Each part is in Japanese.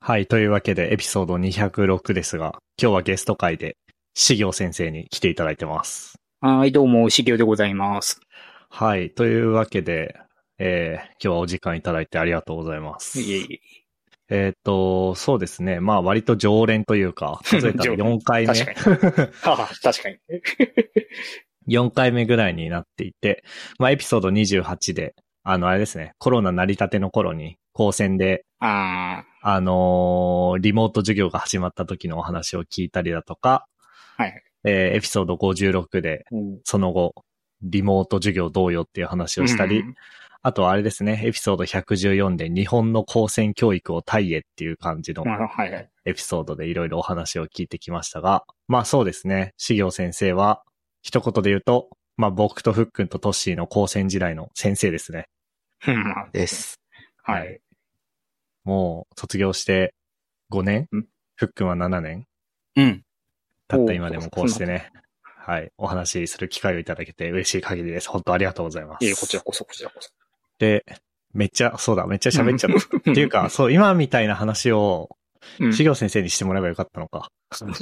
はい。というわけで、エピソード206ですが、今日はゲスト会で、しぎょう先生に来ていただいてます。 はい、どうも、しぎょうでございます。 はい。というわけで、今日はお時間いただいてありがとうございます。 いえいえ。そうですね。まあ、割と常連というか、数えたら4回目。 確かに。確かに。 4回目ぐらいになっていて、まあ、エピソード28で、あれですね、コロナ成り立ての頃に、高専で、リモート授業が始まった時のお話を聞いたりだとか、 はい。 エピソード56で、その後、リモート授業どうよっていう話をしたり、あとはあれですね、エピソード114で日本の高専教育をタイへっていう感じのエピソードでいろいろお話を聞いてきましたが、まあそうですね、しぎょう先生は、一言で言うと、まあ僕とふっくんとトッシーの高専時代の先生ですね。 です。はい。 もう卒業して5年？ふっくんは7年？ うん。 たった今でもこうしてね、はい、お話しする機会をいただけて嬉しい限りです。本当ありがとうございます。 いえ、こちらこそ。 で、めっちゃ喋っちゃった。っていうか、そう、今みたいな話を、しぎょう先生にしてもらえばよかったのか。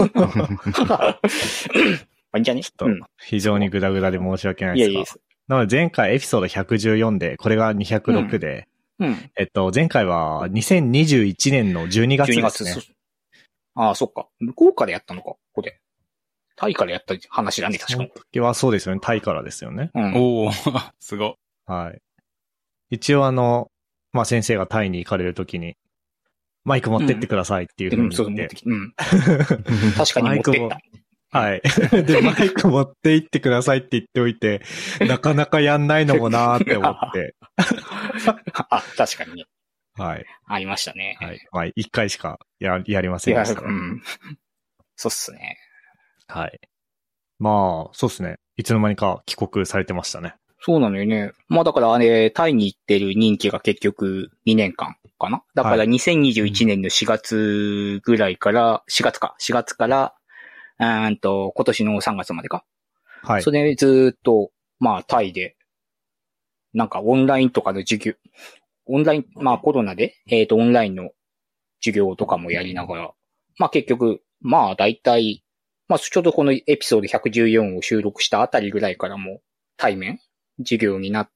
いいんじゃね？ ちょっと、非常にグダグダで申し訳ないですが。いやなので前回エピソード114で、これが206で、前回は2021年の12月ですね。 ああ、そっか。向こうからやったのか、ここで。タイからやった話だね、確かに。 その時はそうですよね。タイからですよね。 おー、すご。 はい。一応まあ、先生がタイに行かれるときに、マイク持ってってくださいっていう風に言って。 確かに持ってった。 はい。で、マイク持って行ってくださいって言っておいて、なかなかやんないのもなーって思って。 確かにね。 はい。 ありましたね。 はい。まあ、一回しかやりませんでした。 そうっすね。 はい。まあ、そうっすね。いつの間にか帰国されてましたね。 そうなのよね。まあだからタイに行ってる任期が結局2年間かな。だから2021年の4月ぐらいから、4月から、今年の3月までか。はい。それずっと、まあタイで、なんかオンラインとかの授業、まあコロナで、オンラインの授業とかもやりながら、まあ結局、まあ大体、まあちょうどこのエピソード114を収録したあたりぐらいからも対面授業になって、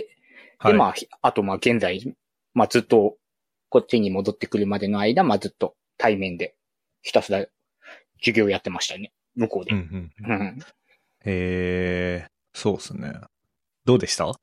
で、まあ、あとまあ現在、まあずっとこっちに戻ってくるまでの間、まあずっと対面でひたすら授業やってましたね。向こうで。 そうですね。どうでした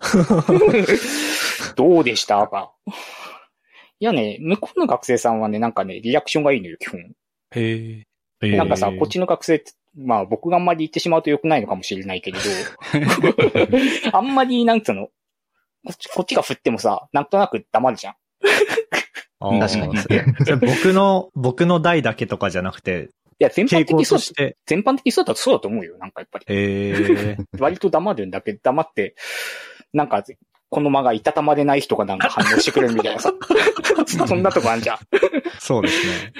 どうでしたか。いやね、向こうの学生さんはね、なんかね、リアクションがいいのよ、基本。なんかさ、こっちの学生って、まあ僕があんまり言ってしまうと良くないのかもしれないけれど、あんまりなんつうの、こっちが振ってもさ、なんとなく黙るじゃん。 確かに。僕の代だけとかじゃなくて、 いや、全般的にそうだと思うよ、なんかやっぱり。割と黙るんだけど、黙って、なんか、この間がいたたまれない人がなんか反応してくれるみたいなさ。そんなとこあんじゃん。 そうですね。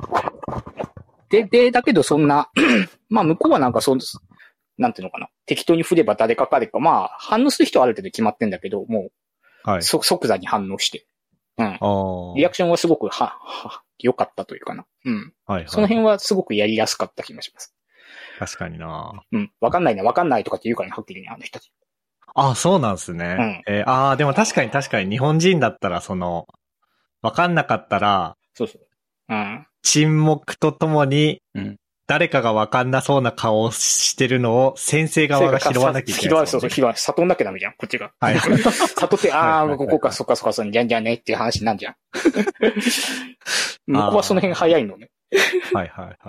だけどそんな、まあ向こうはなんかなんていうのかな。適当に振れば誰かかまあ反応する人はある程度決まってんだけど、もう、即座に反応して。リアクションはすごく良かったというかな。その辺はすごくやりやすかった気がします。 確かにな。 わかんないとかって言うからね、はっきりね、あの人たち。 あ、そうなんですね。でも確かに日本人だったらわかんなかったら、 そう。 沈黙とともに、誰かがわかんなそうな顔をしてるのを先生側が拾わなきゃいけない、ね。 拾わ、悟んなきゃダメじゃん、こっちが。 はい。 悟って、ここか、そっか、じゃんねっていう話なんじゃん。向こうはその辺早いのね。 はい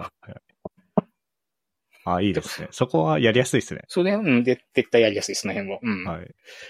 。いいですね。そこはやりやすいですね。 それ、絶対やりやすい、その辺は。 はい。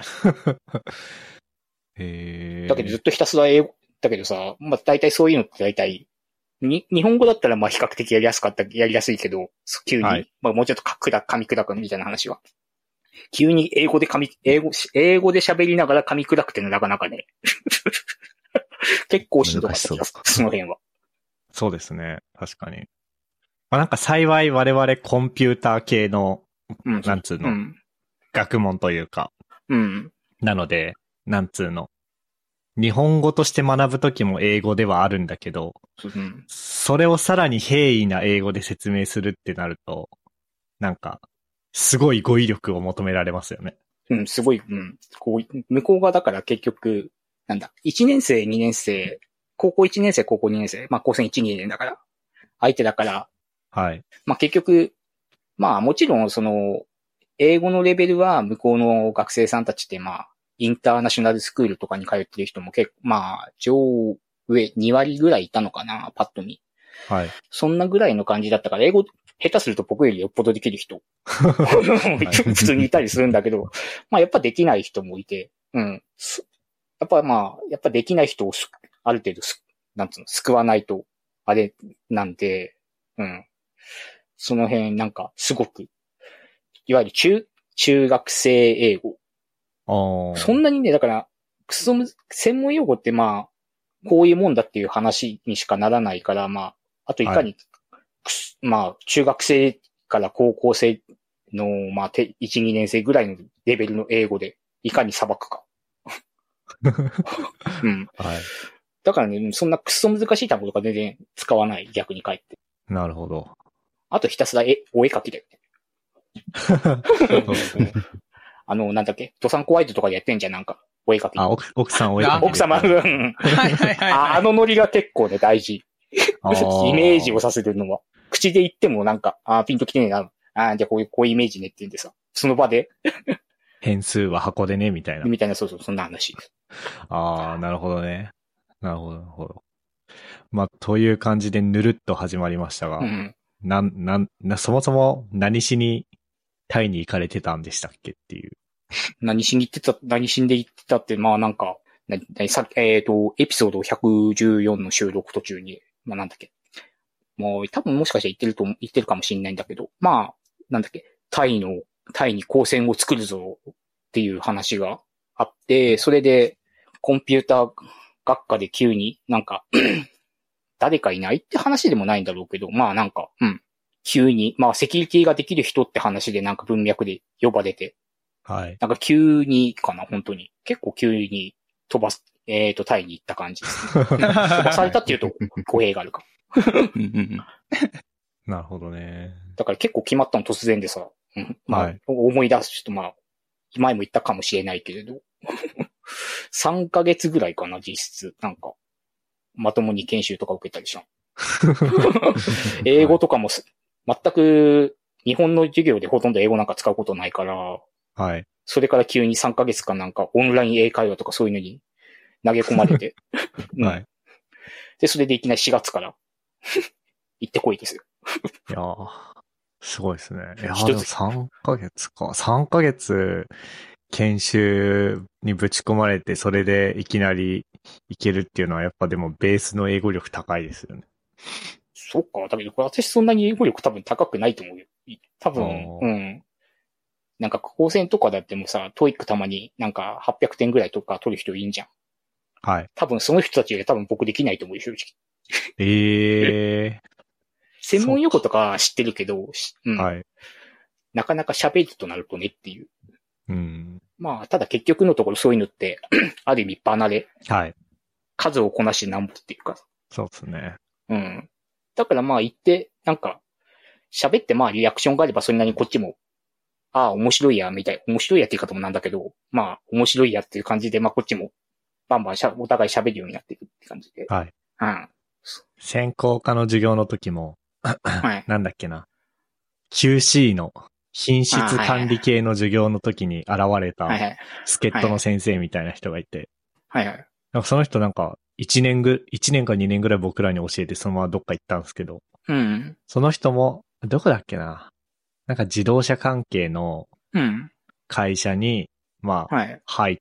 だけどずっとひたすら英語、だけどさ、まあ大体そういうのって大体、日本語だったらまあ比較的やりやすいけど、急に、まあもうちょっと噛み砕くみたいな話は。急に英語で喋りながら噛み砕くってのなかなかね。結構しんどかった気がする、その辺は。そうですね。確かに。まあなんか幸い我々コンピューター系の、なんつうの、学問というか。なので、なんつうの。 日本語として学ぶときも英語ではあるんだけど、 うん、 それをさらに平易な英語で説明するってなると、なんか、すごい語彙力を求められますよね。 うん、すごい、うん。向こうがだから結局、なんだ、1年生、2年生、高校1年生、高校2年生、まあ高専1、2年だから、相手だから、 はい。 まあ結局、まあもちろんその、英語のレベルは向こうの学生さんたちってまあ、インターナショナルスクールとかに通ってる人も結構、まあ、上2割ぐらいいたのかな、パッと見。 はい。 そんなぐらいの感じだったから、英語、下手すると僕よりよっぽどできる人、普通にいたりするんだけど、まあやっぱできない人もいて、うん。やっぱまあ、やっぱできない人をある程度なんつうの、救わないと、あれなんで、うん。その辺なんか、すごく、いわゆる中学生英語。そんなにね、だから、専門用語ってまあ、こういうもんだっていう話にしかならないから、まあ、あといかに、まあ、中学生から高校生の、まあ、1、2年生ぐらいのレベルの英語で、いかに裁くか。うん。 はい。 だからね、そんなクソ難しい単語とか全然使わない、逆に返って。 なるほど。 あとひたすらお絵描きだよね。なんだっけ、ドサンコワイドとかでやってんじゃん、なんか、お絵描き。 あ、奥さんお絵描き。 奥様、はいはいはい。ノリが結構ね、大事。イメージをさせてるのは。口で言ってもなんか、ピンときてねえな。じゃあこういうイメージねって言うんでさ。その場で。 変数は箱でね、みたいな。 みたいな、そう、そんな話。 なるほどね。なるほど、なるほど。まあ、という感じでぬるっと始まりましたが、うん、そもそも何しにタイに行かれてたんでしたっけっていう。 何しに行ってたって、まあなんか、エピソード114の収録途中に、まあなんだっけ。もう多分もしかしたら言ってるかもしれないんだけど、まあ、なんだっけ、タイに光線を作るぞっていう話があって、それでコンピューター学科で急になんか、誰かいないって話でもないんだろうけど、まあなんか、急に、まあセキュリティができる人って話でなんか文脈で呼ばれて、 はい。 なんか急にかな、本当に。結構急にタイに行った感じですね。飛ばされたっていうと語弊があるか。 なるほどね。 だから結構決まったの突然でさ、まあ、はい、思い出すとまあ、前も言ったかもしれないけれど、3ヶ月ぐらいかな、実質。なんか、まともに研修とか受けたりした。英語とかも全く日本の授業でほとんど英語なんか使うことないから、 はい。 それから急に3ヶ月間なんかオンライン英会話とかそういうのに投げ込まれて、 はい。 で、それでいきなり4月から行ってこいですよ。 いやー、すごいですね。いやー、でも3ヶ月か。3ヶ月研修にぶち込まれて、それでいきなりいけるっていうのはやっぱでもベースの英語力高いですよね。 そっか、だけど私そんなに英語力多分高くないと思うよ。多分、なんか高専とかだってもさ、トイックたまになんか800点ぐらいとか取る人いいんじゃん。 はい。 多分その人たちより多分僕できないと思うよ、正直。 専門用語とか知ってるけど、 はい。 なかなか喋るとなるとねっていう。まあ、ただ結局のところそういうのって、ある意味離れ。 はい。 数をこなしてなんぼっていうか。 そうですね。 だからまあ言って、なんか、喋ってまあリアクションがあればそれなりにこっちも、面白いや、みたい。面白いやって言い方もなんだけど、まあ、面白いやっていう感じで、まあこっちも、バンバンお互い喋るようになっていくって感じで。 はい。専攻科の授業の時も、はい、なんだっけな。QC の品質管理系の授業の時に現れた助っ人の先生みたいな人がいて。 はいはい。 なんかその人なんか1年か2年ぐらい僕らに教えてそのままどっか行ったんですけど。その人も、どこだっけな。なんか自動車関係の会社に、まあ、入って、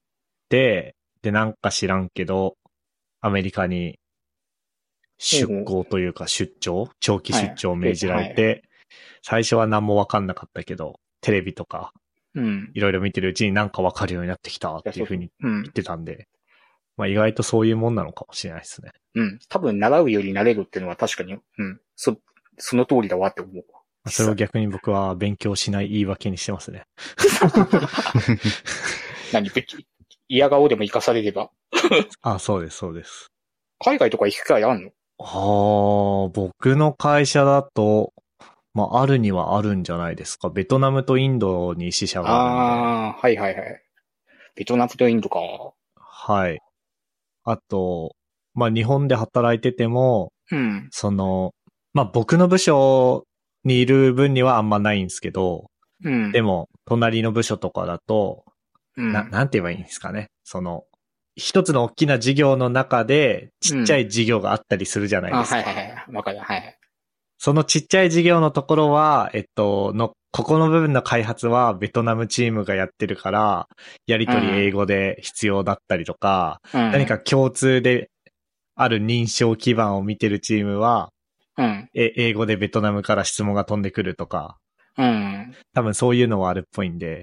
で、なんか知らんけど、アメリカに出向というか長期出張を命じられて、最初は何もわかんなかったけど、テレビとか、いろいろ見てるうちになんかわかるようになってきたっていうふうに言ってたんで、まあ意外とそういうもんなのかもしれないですね。 多分習うより慣れるっていうのは確かに、その通りだわって思う。 それを逆に僕は勉強しない言い訳にしてますね。 嫌顔でも活かされれば。 あ、そうです、そうです。 海外とか行く機会あんの？ 僕の会社だと、まあ、あるにはあるんじゃないですか。ベトナムとインドに支社があるんで。 はいはいはい。ベトナムとインドか。 はい。あと、まあ、日本で働いてても、 うん。 まあ、僕の部署にいる分にはあんまないんですけど、 うん。 でも、隣の部署とかだと、 うん。 なんて言えばいいんですかね。一つの大きな事業の中で、ちっちゃい事業があったりするじゃないですか。 はいはいはい。わかる。はい。 そのちっちゃい事業のところは、ここの部分の開発はベトナムチームがやってるから、やりとり英語で必要だったりとか、何か共通である認証基盤を見てるチームは、英語でベトナムから質問が飛んでくるとか、多分そういうのはあるっぽいんで、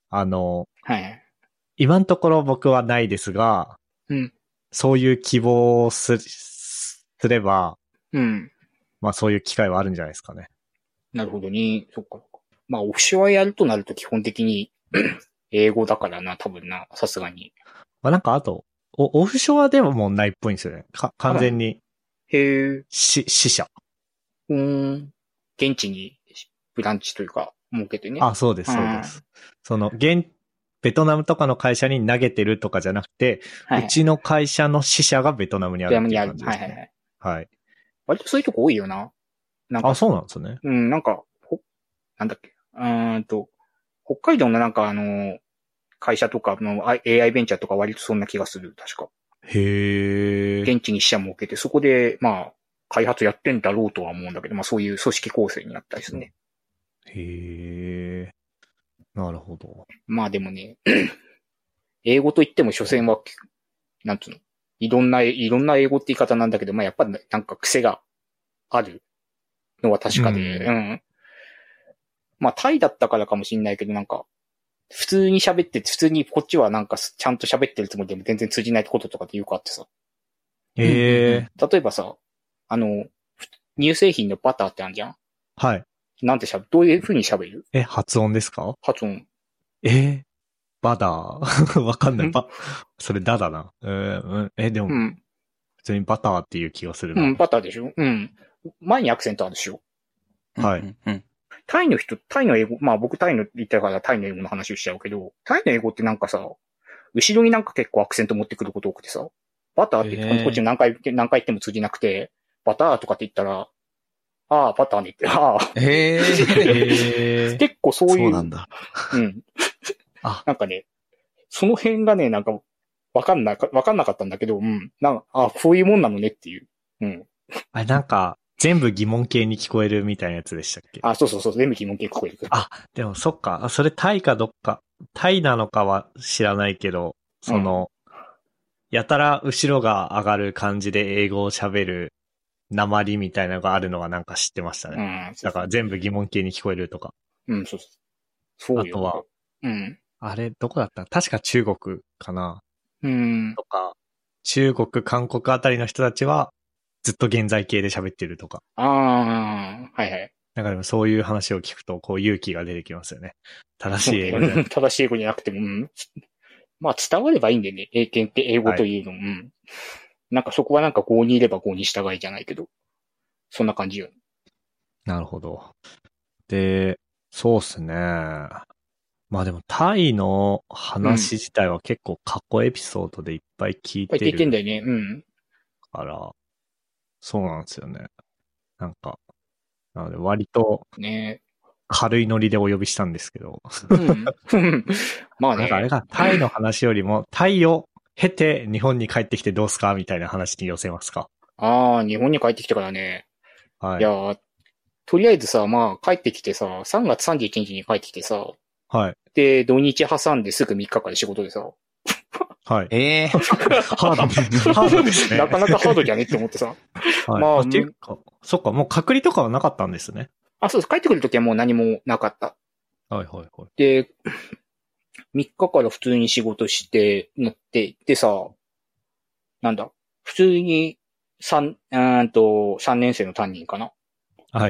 今のところ僕はないですが、そういう希望をすれば、まあそういう機会はあるんじゃないですかね。 なるほどね。そっか。まあオフショアやるとなると基本的に英語だからな、多分な、さすがに。 まあなんかあと、オフショアでももうないっぽいんですよね。完全に。支社。 現地にブランチというか、設けてね。 あ、そうです、そうです。ベトナムとかの会社に投げてるとかじゃなくて、うちの会社の支社がベトナムにあるっていう感じですね。はい。 割とそういうとこ多いよな。 あ、そうなんですね。 なんか、なんだっけ。北海道のなんか会社とかの AI ベンチャーとか割とそんな気がする、確か。 へー。 現地に支社設けて、そこで、まあ、開発やってんだろうとは思うんだけど、まあそういう組織構成になったりするね。 へー。なるほど。 まあでもね、英語といっても所詮は、なんつうの、いろんな英語って言い方なんだけど、まあやっぱりなんか癖があるのは確かで、まあタイだったからかもしんないけど、なんか、普通に喋ってて、普通にこっちはなんかちゃんと喋ってるつもりでも全然通じないこととかってよくあってさ。 例えばさ、乳製品のバターってあるじゃん？ はい。 どういう風に喋る？ 発音ですか？ 発音。 バダーわかんない。それダだな。でも、普通にバターっていう気がするな。 バターでしょ？前にアクセントあるでしょ？ はい。 タイの英語、まあ僕タイの言ったからタイの英語の話をしちゃうけど、タイの英語ってなんかさ、後ろになんか結構アクセント持ってくること多くてさ、バターって言ってこっち何回言っても通じなくて、バターとかって言ったら、ああ、バターねって、ああ。結構そういう。 そうなんだ。 なんかね、その辺がね、なんか、わかんなかったんだけど、そういうもんなのねっていう。 なんか、全部疑問形に聞こえるみたいなやつでしたっけ？ そう、全部疑問形聞こえる。 でもそっか。それタイかどっか、タイなのかは知らないけど、やたら後ろが上がる感じで英語を喋る訛りみたいなのがあるのはなんか知ってましたね。だから全部疑問形に聞こえるとか。 そうよ。あとは、あれ、どこだった？確か中国かな。とか、中国、韓国あたりの人たちは、ずっと現在形で喋ってるとか。 はいはい。 なんかでもそういう話を聞くと、こう勇気が出てきますよね。正しい英語じゃなくて。 正しい英語じゃなくても、まあ伝わればいいんでね、英語というのも、なんかそこはなんか5にいれば5に従いじゃないけど、そんな感じよ。 なるほど。で、そうっすね。まあでもタイの話自体は結構過去エピソードでいっぱい聞いてる。 聞いてんだよね。 から、そうなんですよね。なんか、なので割と、軽いノリでお呼びしたんですけど。 まあね。 なんかあれがタイの話よりも、タイを経て日本に帰ってきてどうすかみたいな話に寄せますか？ 日本に帰ってきてからね。はい。いや、とりあえずさ、まあ帰ってきてさ、3月31日に帰ってきてさ。 はい。 で、土日挟んですぐ3日間で仕事でさ。 はい。ハードですね。 なかなかハードじゃねって思ってさ。 はい。まあ、っていうか、そっか、もう隔離とかはなかったんですね。 そうです。帰ってくるときはもう何もなかった。 はいはいはい。 で、3日から普通に仕事して、でさ、なんだ、普通に3年生の担任かな。 はい。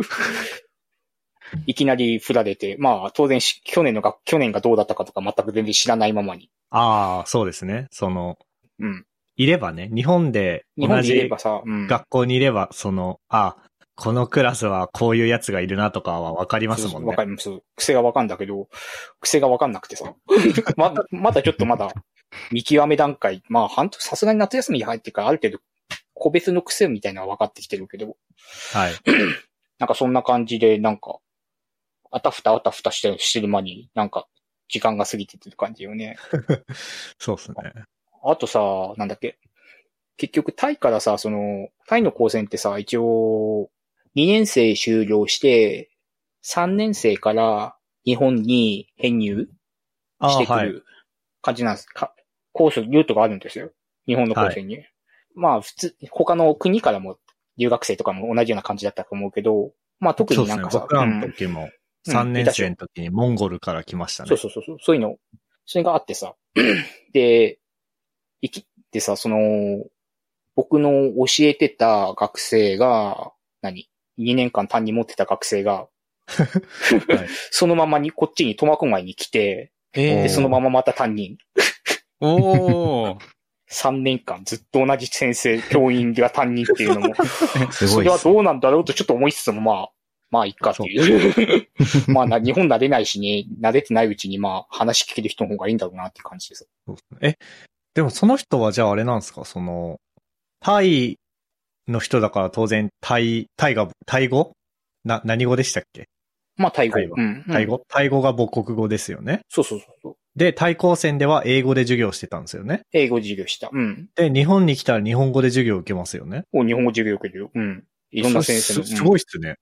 いきなり振られて、まあ当然去年がどうだったかとか全く全然知らないままに。 そうですね。 うん。 いればね、日本で同じ学校にいれば、このクラスはこういうやつがいるなとかはわかりますもんね。 わかります。癖がわかんだけど、癖がわかんなくてさ。まだちょっと見極め段階。まあ、さすがに夏休みに入ってからある程度、個別の癖みたいなのは分かってきてるけど。 はい。 なんかそんな感じで、なんか、あたふたしてる間に、なんか、時間が過ぎてってる感じよね。 そうっすね。 あとさ、なんだっけ。結局、タイからさ、タイの高専ってさ、一応、2年生修了して、3年生から日本に編入してくる感じなんですか。コース、ルートがあるんですよ。日本の高専に。はい、まあ、他の国からも留学生とかも同じような感じだったと思うけど、まあ特になんかさ、 僕らの時も3年生の時にモンゴルから来ましたね。 そう。そういうの、それがあってさ。で、僕の教えてた学生が、2年間担任持ってた学生が、はい、そのままにこっちに苫小牧に来て、でそのまままた担任。 おー。 3年間ずっと同じ先生、教員が担任っていうのも、それはどうなんだろうとちょっと思いつつも、まあ、いっかっていう。まあ、日本慣れないしね、慣れてないうちに話聞ける人の方がいいんだろうなっていう感じです。 でもその人はじゃああれなんですかタイの人だから当然、タイ語何語でしたっけ？ まあ、タイ語。 タイ語が母国語ですよね。 そう。 で、タイ高専では英語で授業してたんですよね。 英語授業した。うん。 で、日本に来たら日本語で授業受けますよね。 日本語授業受けるよ。うん。いろんな先生の。 すごいっすね。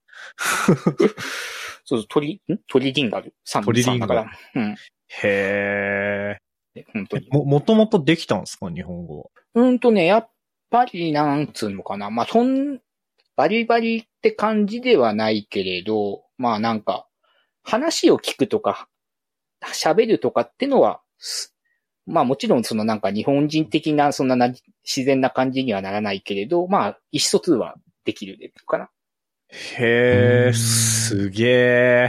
トリリンガル。 トリリンガル。 だから。うん。 へー。本当に。 もともとできたんですか、日本語は。 やっぱりなんつうのかな。まあ、バリバリって感じではないけれど、まあなんか、話を聞くとか、喋るとかってのは、まあもちろんなんか日本人的なそんな自然な感じにはならないけれど、まあ意思疎通はできるかな。 へー、すげー。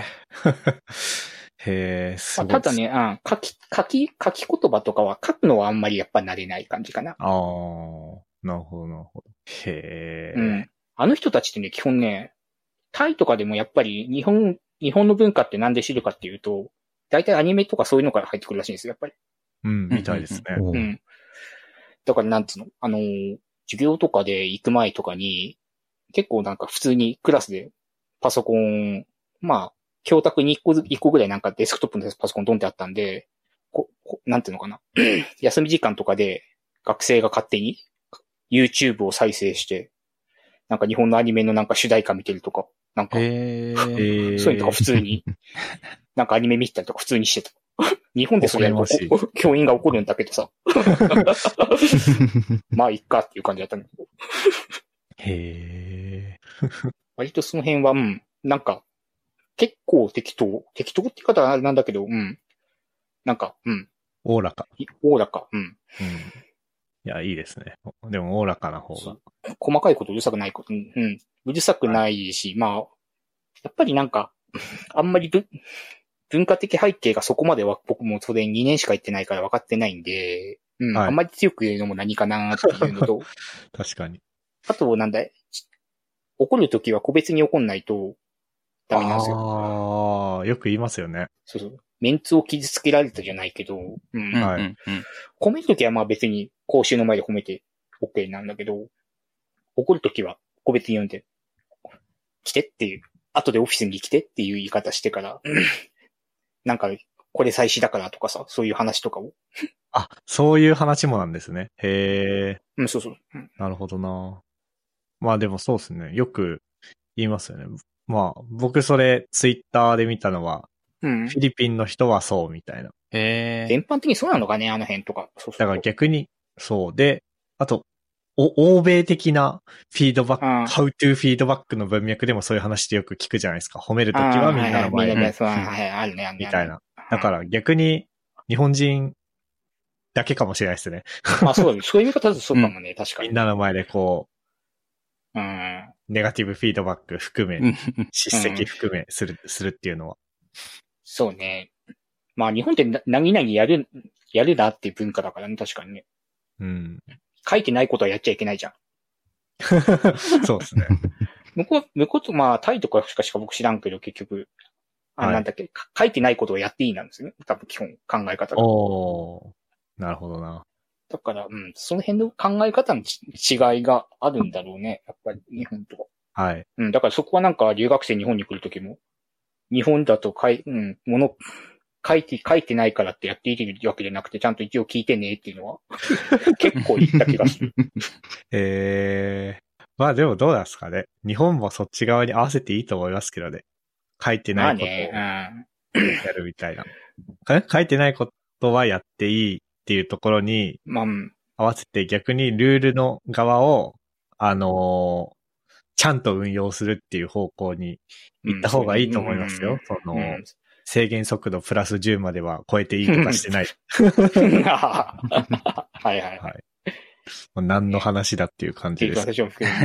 へー、すごい。 ただね、書き言葉とかは書くのはあんまりやっぱ慣れない感じかな。 なるほど。へー。 うん。あの人たちってね、基本ね、タイとかでもやっぱり日本の文化ってなんで知るかっていうと、大体アニメとかそういうのから入ってくるらしいんですよ、やっぱり。 うん、みたいですね。 うん。だからなんつうの、授業とかで行く前とかに、結構なんか普通にクラスでパソコン、まあ、教託に1個ぐらいなんかデスクトップのパソコンドンってあったんで、なんていうのかな。休み時間とかで学生が勝手に YouTube を再生して、なんか日本のアニメのなんか主題歌見てるとか、なんか、そういうのとか普通に、なんかアニメ見てたりとか普通にしてた。日本でそれやると教員が怒るんだけどさ。まあ、いっかっていう感じだったんだけど。 へー。割とその辺は、なんか、結構適当って言い方はあれなんだけど、なんか、 おおらか。いや、いいですね。でも、おおらかな方が。 細かいことうるさくないこと、うるさくないし、まあ、やっぱりなんか、あんまり文化的背景がそこまでは僕もそれ2年しか行ってないから分かってないんで、あんまり強く言うのも何かなっていうのと。 確かに。 あと、怒るときは個別に怒んないとダメなんですよ。 よく言いますよね。 そう。メンツを傷つけられたじゃないけど、褒めるときはまあ別に講習の前で褒めて OK なんだけど、怒るときは個別に読んで、来てっていう、後でオフィスに来てっていう言い方してから、なんか、これ祭祀だからとかさ、そういう話とかを。 そういう話もなんですね。へー。そう。 なるほどな。まあでもそうですね。よく言いますよね。まあ、僕それツイッターで見たのは、フィリピンの人はそうみたいな。 全般的にそうなのかね、あの辺とか。そうだから逆に、そうで、あと、欧米的なフィードバック、how to フィードバックの文脈でもそういう話ってよく聞くじゃないですか。褒めるときはみんなの前で。 あるね。 みたいな。だから逆に日本人だけかもしれないですね。 そういう言い方だとそうかもね、確かに。 みんなの前でネガティブフィードバック含め、叱責含めするっていうのは。 そうね。まあ日本って何々やるなっていう文化だからね、確かにね。 うん。 書いてないことはやっちゃいけないじゃん。 そうですね。 向こうと、まあ、タイとかしか僕知らんけど、結局、なんだっけ、書いてないことをやっていいなんですね。多分基本考え方が。 なるほどな。 だから、その辺の考え方の違いがあるんだろうね。やっぱり日本と。 はい。 だからそこはなんか留学生日本に来るときも、日本だと書いてないからってやっていいわけじゃなくて、ちゃんと一応聞いてねっていうのは、結構言った気がする。 まあでもどうなんですかね。日本もそっち側に合わせていいと思いますけどね。書いてないことをやるみたいな。書いてないことはやっていいっていうところに合わせて逆にルールの側を、ちゃんと運用するっていう方向に行った方がいいと思いますよ。制限速度プラス10までは超えていいとかしてない。 はいはいはい。 何の話だっていう感じです。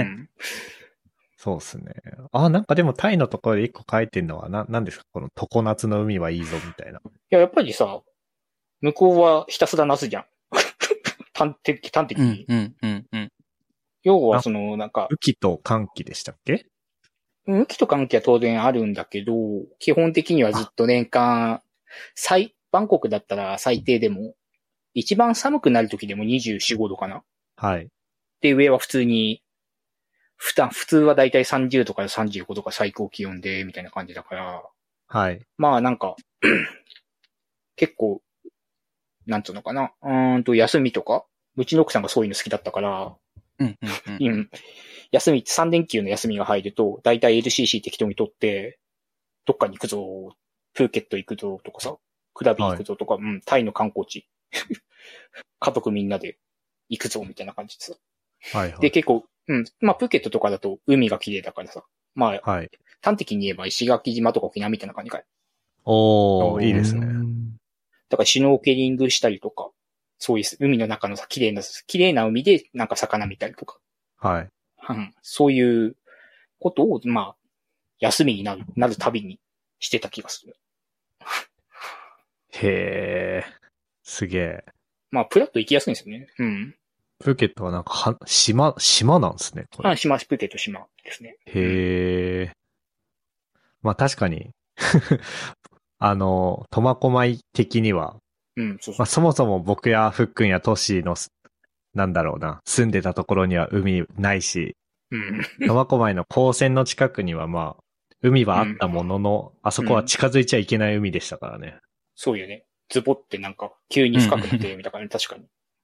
そうですね。なんかでもタイのところで一個書いてるのは何ですか？この常夏の海はいいぞみたいな。いや、やっぱりさ、向こうはひたすら夏じゃん。端的に。要はなんか。 雨季と寒季でしたっけ？ 雨季と寒季は当然あるんだけど、基本的にはずっと年間、バンコクだったら最低でも、一番寒くなる時でも24、5度かな。 はい。 で、上は普通はだいたい30とか35とか最高気温で、みたいな感じだから。 はい。 まあなんか、結構、なんつうのかな。休みとか、うちの奥さんがそういうの好きだったから、休み、3連休の休みが入ると、だいたい LCC 適当に取って、どっかに行くぞ、プーケット行くぞとかさ、クラビ行くぞとか、タイの観光地。家族みんなで行くぞ、みたいな感じでさ。 はいはい。 で、結構、まあ、プーケットとかだと海が綺麗だからさ。まあ、端的に言えば石垣島とか沖縄みたいな感じかい。 いいですね。 だからシュノーケリングしたりとか、そういう海の中のさ、綺麗な海でなんか魚見たりとか。 はい。 そういうことを、まあ、休みになるたびにしてた気がする。 へー。すげえ。 まあ、プラッと行きやすいんですよね。 プーケットはなんか島なんですね。これ。 プーケット島ですね。 へー。まあ確かに、苫小牧的には、まあそもそも僕やふっくんやトシの、なんだろうな、住んでたところには海ないし、苫小牧の高専の近くにはまあ、海はあったものの、あそこは近づいちゃいけない海でしたからね。 そうよね。ズボってなんか急に深くなってみたいな、確かに。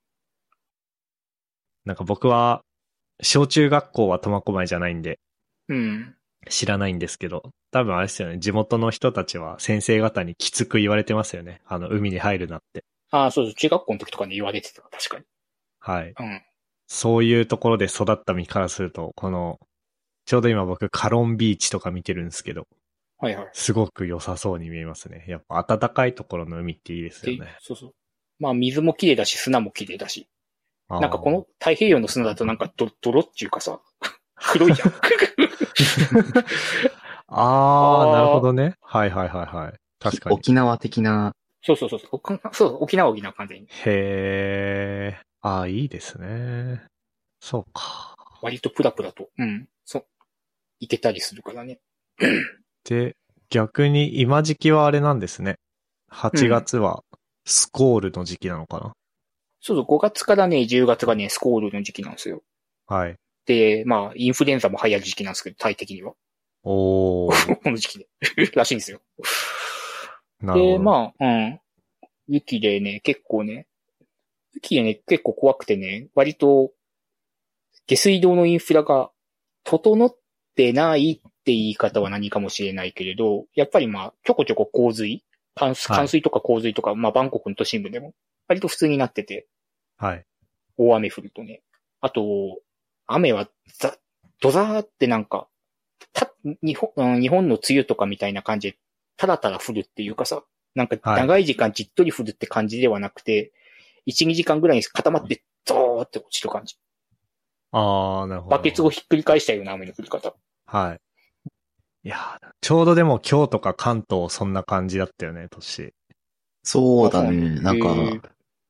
なんか僕は、小中学校は苫小牧じゃないんで、知らないんですけど、多分あれですよね、地元の人たちは先生方にきつく言われてますよね。海に入るなって。 そうそう、中学校の時とかに言われてた、確かに。 はい。そういうところで育った身からすると、ちょうど今僕カロンビーチとか見てるんですけど、 はいはい。 すごく良さそうに見えますね。やっぱ暖かいところの海っていいですよね。 そうそう。まあ水も綺麗だし、砂も綺麗だし。なんかこの太平洋の砂だとなんか泥っていうかさ、黒いじゃん。 なるほどね。はいはいはいはい。確かに。 沖縄的な。 そう、沖縄完全に。 へー。いいですね。そうか。 割とプラプラと、いけたりするからね。 で、逆に今時期はあれなんですね。8月はスコールの時期なのかな？ そう、5月からね、10月がね、スコールの時期なんですよ。 はい。 で、まあ、インフルエンザも流行る時期なんですけど、タイ的には。この時期で。らしいんですよ。で、まあ、雪でね、結構怖くてね、割と、下水道のインフラが整ってないって言い方は何かもしれないけれど、やっぱりまあ、ちょこちょこ冠水とか洪水とか、まあ、バンコクの都心部でも、割と普通になってて、 はい。 大雨降るとね。あと、雨はドザーってなんか、日本の梅雨とかみたいな感じで、たらたら降るっていうかさ、なんか長い時間じっとり降るって感じではなくて、1、2時間ぐらいに固まって、ゾーって落ちる感じ。 なるほど。 バケツをひっくり返したような雨の降り方。 はい。いや、ちょうどでも今日とか関東そんな感じだったよね、年。 そうだね。なんか、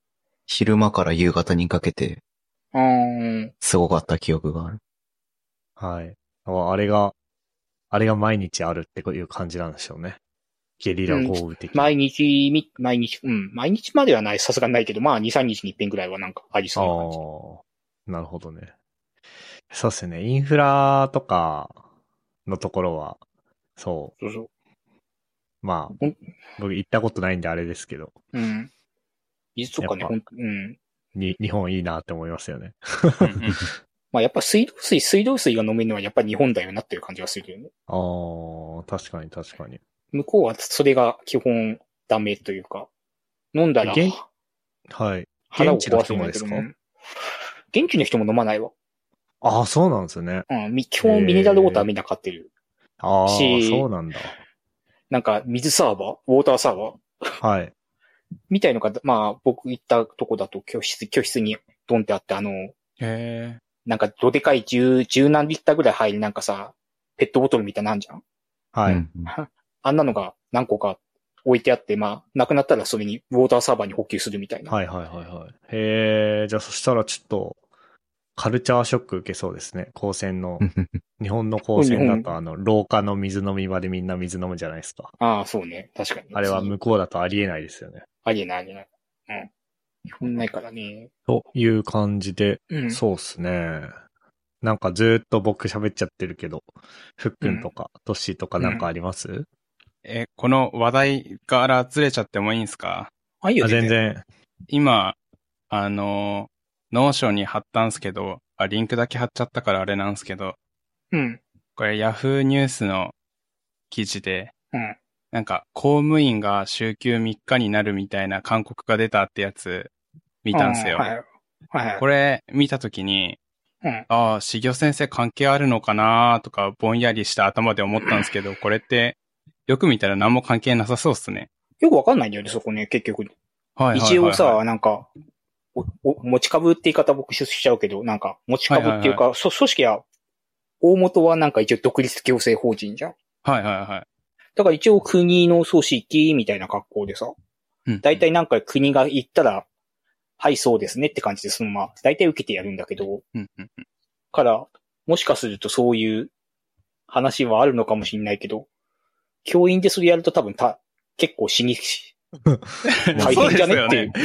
昼間から夕方にかけて、 うん。 すごかった記憶がある。 はい。あれが毎日あるっていう感じなんでしょうね。ゲリラ豪雨的な。 毎日、毎日まではない、さすがにないけど、まあ2、3日に一遍ぐらいはなんかありそうな感じ。 ああ、なるほどね。そうですね。インフラとかのところは、そう。 そうそう。 まあ、僕行ったことないんであれですけど。 うん。技術とかね、 日本いいなって思いますよね。 まあやっぱ水道水が飲めるのはやっぱり日本だよなっていう感じがするよね。 ああ、確かに確かに。 向こうはそれが基本ダメというか、飲んだら、 はい。 腹を現地の壊す人もですか？ 現地の人も飲まないわ。 ああ、そうなんですね。 うん、基本ミネラルウォーターみんな買ってる。 ああ、そうなんだ。 なんか水サーバーウォーターサーバーはい。 みたいのが、まあ僕行ったとこだと居室にドンってあって、なんかどでかい十何リッターぐらい入るなんかさ、ペットボトルみたいなんじゃん。 はい。 あんなのが何個か置いてあって、まあ、なくなったらそれにウォーターサーバーに補給するみたいな。 はい。へえ、じゃあそしたらちょっと、カルチャーショック受けそうですね。高専の。日本の高専だと廊下の水飲み場でみんな水飲むじゃないですか。 ああ、そうね。確かに。 あれは向こうだとありえないですよね。 ありえない。うん。日本ないからね。 という感じで、そうっすね。なんかずーっと僕喋っちゃってるけど、ふっくんとか、トッシーとかなんかあります？ この話題からずれちゃってもいいんすか？ いいよ、 全然。 今、ノーションに貼ったんすけど、リンクだけ貼っちゃったからあれなんすけど、これヤフーニュースの記事で、なんか公務員が週休3日になるみたいな勧告が出たってやつ見たんすよ。これ見たときに、しぎょ先生関係あるのかなとかぼんやりした頭で思ったんですけど、これってよく見たら何も関係なさそうっすね。 よくわかんないんだよね、そこね、結局。一応さ、なんか、持ち株って言い方僕しちゃうけど、なんか、持ち株っていうか、組織は、大元はなんか一応独立行政法人じゃん。だから一応国の組織みたいな格好でさ、大体なんか国が言ったら、はいそうですねって感じでそのまま、大体受けてやるんだけど、から、もしかするとそういう話はあるのかもしれないけど、教員でそれやると多分結構死に大変じゃねっていう。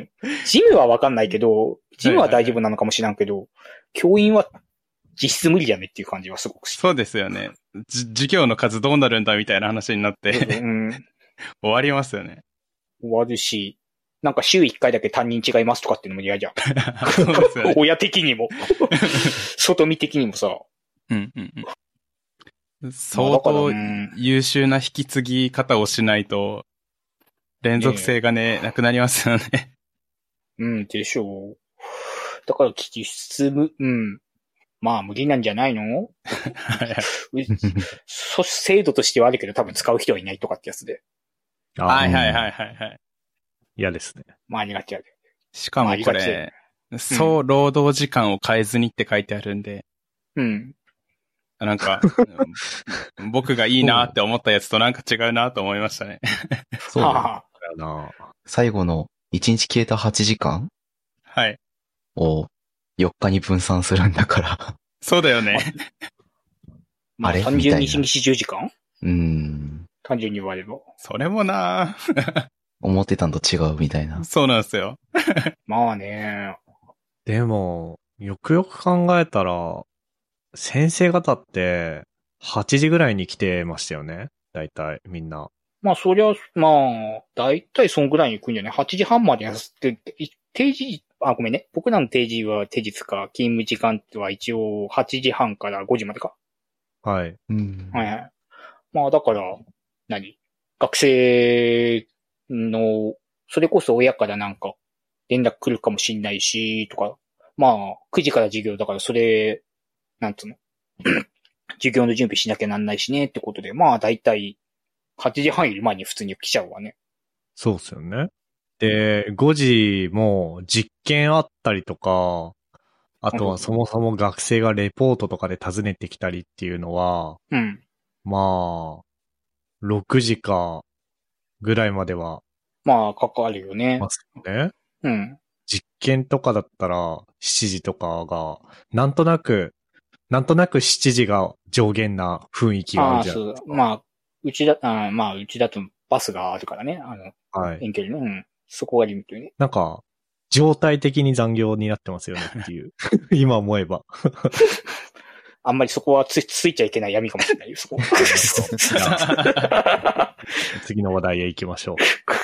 ジムはわかんないけど、ジムは大丈夫なのかもしれんけど、教員は実質無理じゃねっていう感じはすごくそうですよね。授業の数どうなるんだみたいな話になって、終わりますよね。 終わるし、なんか週1回だけ担任違いますとかっていうのも嫌じゃん。 そうですよね。 親的にも。外見的にもさ。 相当優秀な引き継ぎ方をしないと、連続性がね、なくなりますよね。 でしょう。だからまあ無理なんじゃないの？制度としてはあるけど多分使う人はいないとかってやつで。 はい。 嫌ですね。 まあありがちやで。 しかもこれ、総労働時間を変えずにって書いてあるんで。なんか、僕がいいなって思ったやつとなんか違うなと思いましたね。 そうだな。最後の1日消えた8時間を4日に分散するんだから。 そうだよね。 まあ単純に1日10時間？単純に言われれば。 それもな思ってたんと違うみたいな。 そうなんですよ。 まあね。 でも、よくよく考えたら、先生方って8時ぐらいに来てましたよね。だいたいみんな。 まあそりゃ、まあ、だいたいそんぐらいに行くんじゃない？ 8 時半までやって、定時、ごめんね。僕らの定時は定時か、勤務時間は一応8時半から5時までか。 はい。 まあだから、学生の、それこそ親からなんか連絡来るかもしんないし、とか、まあ9時から授業だからそれ、なんつうの授業の準備しなきゃなんないしねってことで、まあだいたい8時半より前に普通に来ちゃうわね。 そうっすよね。で、5時も実験あったりとか、あとはそもそも学生がレポートとかで訪ねてきたりっていうのは、まあ、6時かぐらいまでは。 まあ、かかるよね。 ますよね。 実験とかだったら7時とかが、なんとなく7時が上限な雰囲気があるじゃん。 そう。うちだとバスがあるからね。はい。遠距離の、そこがリミットね。 なんか、状態的に残業になってますよねっていう。今思えば。 あんまりそこはついちゃいけない闇かもしれないよ、そこ。 次の話題へ行きましょう。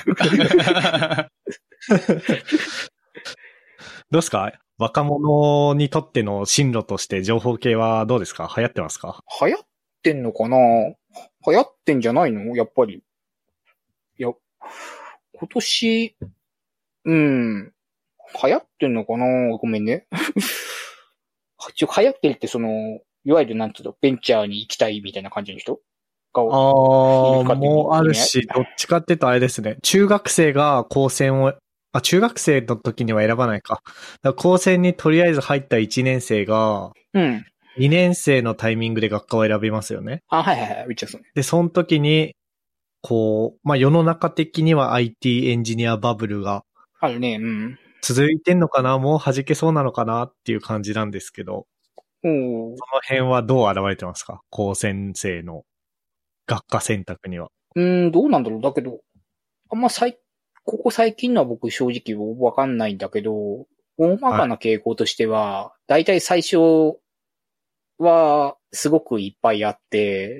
どうですか？若者にとっての進路として情報系はどうですか？流行ってますか？ 流行ってんのかな？流行ってんじゃないの？やっぱり。いや、今年、流行ってんのかな？ごめんね。流行ってるっていわゆるベンチャーに行きたいみたいな感じの人がもうあるし、どっちかっていうとあれですね。中学生が高専を、中学生の時には選ばないか。高専にとりあえず入った1年生が、2年生のタイミングで学科を選びますよね。 はいはいはい、うちはそうね。 で、その時に、世の中的には IT エンジニアバブルが、 あるね、 続いてんのかな？もう弾けそうなのかなっていう感じなんですけど。その辺はどう現れてますか？高専生の学科選択には。 どうなんだろう。だけど、ここ最近のは僕正直わかんないんだけど、大まかな傾向としては、だいたい最初はすごくいっぱいあって、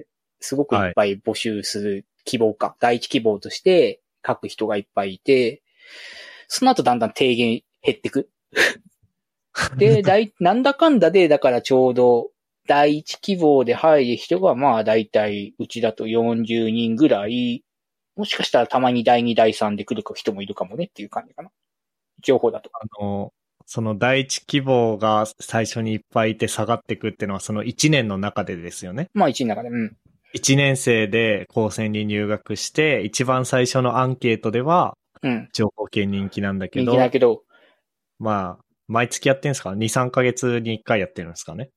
すごくいっぱい募集する希望か、第一希望として書く人がいっぱいいて、その後だんだん低減減ってく。で、なんだかんだで、だからちょうど、第一希望で入る人が、だいたい、うちだと40人ぐらい、もしかしたらたまに第2、第3で来る人もいるかもねっていう感じかな。情報だと。 その第一希望が最初にいっぱいいて下がってくっていうのは、その1年の中でですよね。 1年の中で、 1年生で高専に入学して、一番最初のアンケートでは、情報系人気なんだけど。 人気だけど。 毎月やってんすか？ 2、3ヶ月に1回やってるんですかね？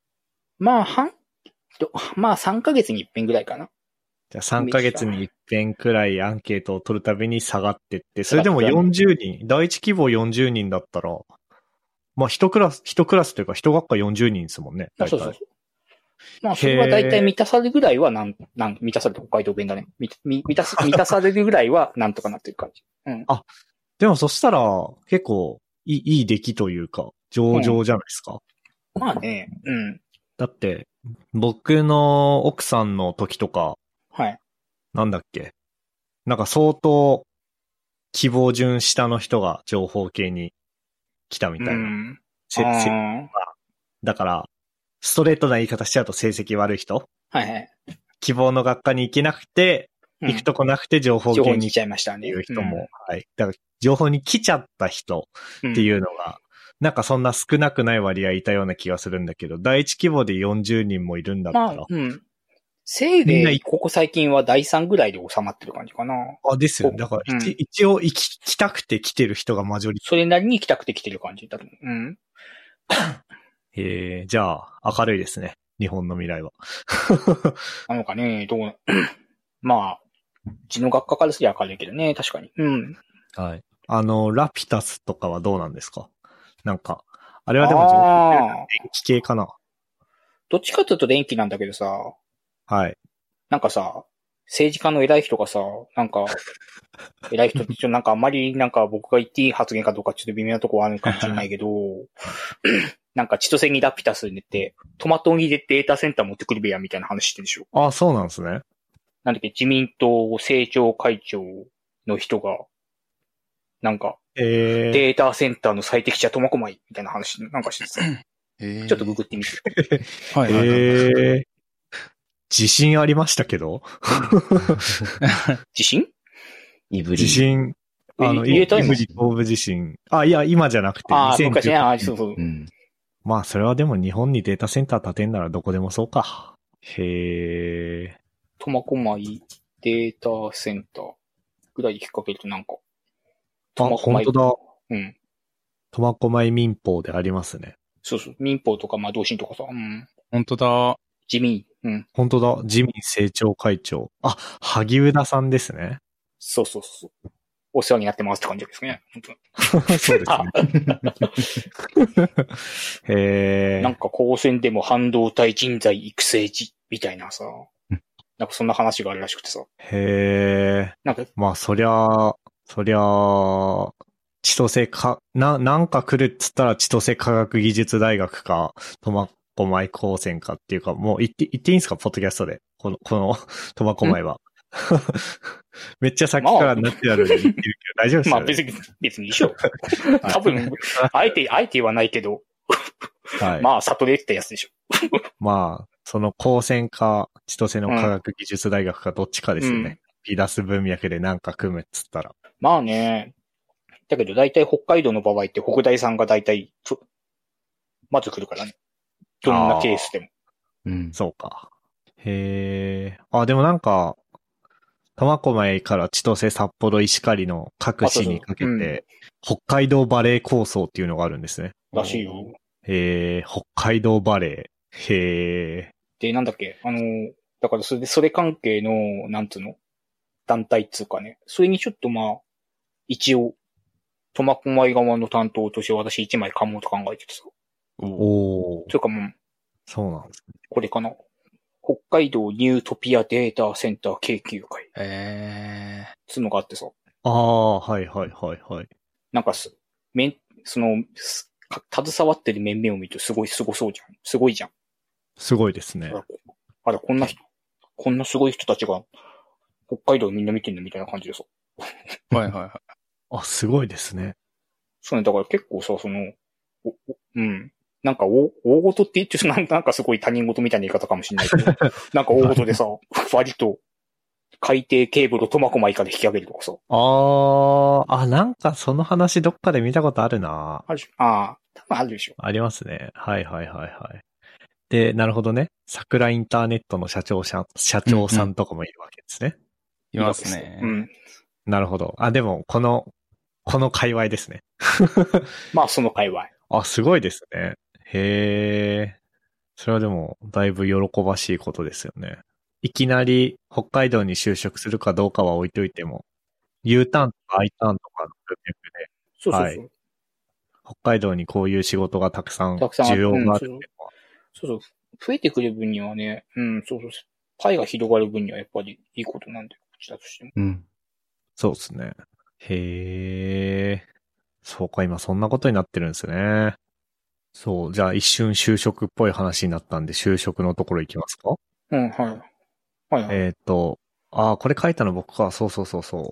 3ヶ月に1遍ぐらいかな。 じゃあ3ヶ月に1遍くらいアンケートを取るたびに下がってって、それでも40人、第一希望40人だったら、一クラスというか一学科40人ですもんね。 そう。それは大体満たされるぐらいは満たされる北海道弁だね。満たされるぐらいはなんとかなってる感じ。 でもそしたら結構いい出来というか、上々じゃないですか。だって、僕の奥さんの時とか、なんだっけ。なんか相当、希望順下の人が情報系に来たみたいな。だから、ストレートな言い方しちゃうと成績悪い人。希望の学科に行けなくて、行くとこなくて情報系に来ちゃいましたね。 いう人も、だから情報に来ちゃった人っていうのが、なんかそんな少なくない割合いたような気がするんだけど、第一希望で40人もいるんだったら。 せいぜい、ここ最近は第3ぐらいで収まってる感じかな。 ですよね。だから、一応来たくて来てる人がマジョリティ。 それなりに来たくて来てる感じだと思う。 じゃあ、明るいですね。日本の未来は。 なのかね、うちの学科からすりゃ明るいけどね、確かに。 はい。ラピュタスとかはどうなんですか？なんか、あれはでも電気系かな？ どっちかというと電気なんだけどさ。なんかさ、政治家の偉い人がさ、偉い人ってあんまり僕が言っていい発言かどうかちょっと微妙なところあるかもしれないけど、千歳にラピュタスに寝て、トマトにでデータセンター持ってくるべやみたいな話してるでしょ。 そうなんですね。 なんだっけ、自民党政調会長の人が、データセンターの最適地は苫小牧みたいな話してた。ちょっとググってみて。 自信ありましたけど。 自信？ 自信。イブリ東部地震。いや、今じゃなくて。 昔ね、そう。 それはでも日本にデータセンター建てんならどこでもそうか。 苫小牧データセンターぐらいで引っ掛けると本当だ。苫小牧民法でありますね。 そう。民法とか、同心とかさ。 本当だ。 自民。 本当だ。自民政調会長。萩生田さんですね。 そう。 お世話になってますって感じですね。本当そうですね。へなんか高専でも半導体人材育成時みたいなさ、なんかそんな話があるらしくてさ。 へなんか、まあそりゃ、千歳か、なんか来るっつったら千歳科学技術大学か、苫小牧高専かっていうか、もう言っていいんですかポッドキャストで。この苫小牧は。めっちゃさっきからなってやるんで言ってるけど、大丈夫ですよね。まあ別にいいでしょ。多分、あえて言わないけど、はい、まあ、里でってやつでしょ。 まあ、その高専か、千歳の科学技術大学かどっちかですよね。ピダス文脈でなんか組むっつったら。 まあね。だけど大体北海道の場合って北大さんが大体、まず来るからね。どんなケースでも。 そうか。へえ。でもなんか、苫小牧から千歳、札幌、石狩の各市にかけて、北海道バレー構想っていうのがあるんですね。 らしいよ。 北海道バレー。へえ。 で、なんだっけ、だからそれ関係の、なんつうの団体っつうかね。それにちょっとまあ、一応、苫小牧側の担当として私一枚噛もうと考えててさ。 おー。 というかもう、 そうなんですね。 これかな。北海道ニュートピアデータセンター研究会。つうのがあってさ。 はい。 なんか携わってる面々を見るとすごそうじゃん。すごいじゃん。 すごいですね。 こんなすごい人たちが、北海道みんな見てんのみたいな感じでさ。 はい。すごいですね。 そうね、だから結構さ、なんか大事って言ってなんかすごい他人事みたいな言い方かもしれないけど、なんか大事でさ、割と海底ケーブルを苫小牧から引き上げるとかさ。 なんかその話どっかで見たことあるな。 多分あるでしょ。 ありますね。はい。で、なるほどね。桜インターネットの社長さんとかもいるわけですね。 いますね。 なるほど。でも、この界隈ですね。 まあ、その界隈。 すごいですね。へえ。それはでも、だいぶ喜ばしいことですよね。いきなり北海道に就職するかどうかは置いといても、U ターンとか I ターンとかの文脈で、 そう。 はい。北海道にこういう仕事がたくさん需要があるっていうのは。 そう。増えてくる分にはね、そう。パイが広がる分にはやっぱりいいことなんで、こちらとしても。 そうですね。へえ。そうか、今そんなことになってるんですね。そう、じゃあ一瞬就職っぽい話になったんで、就職のところ行きますか？ はい。 これ書いたの僕か。そう。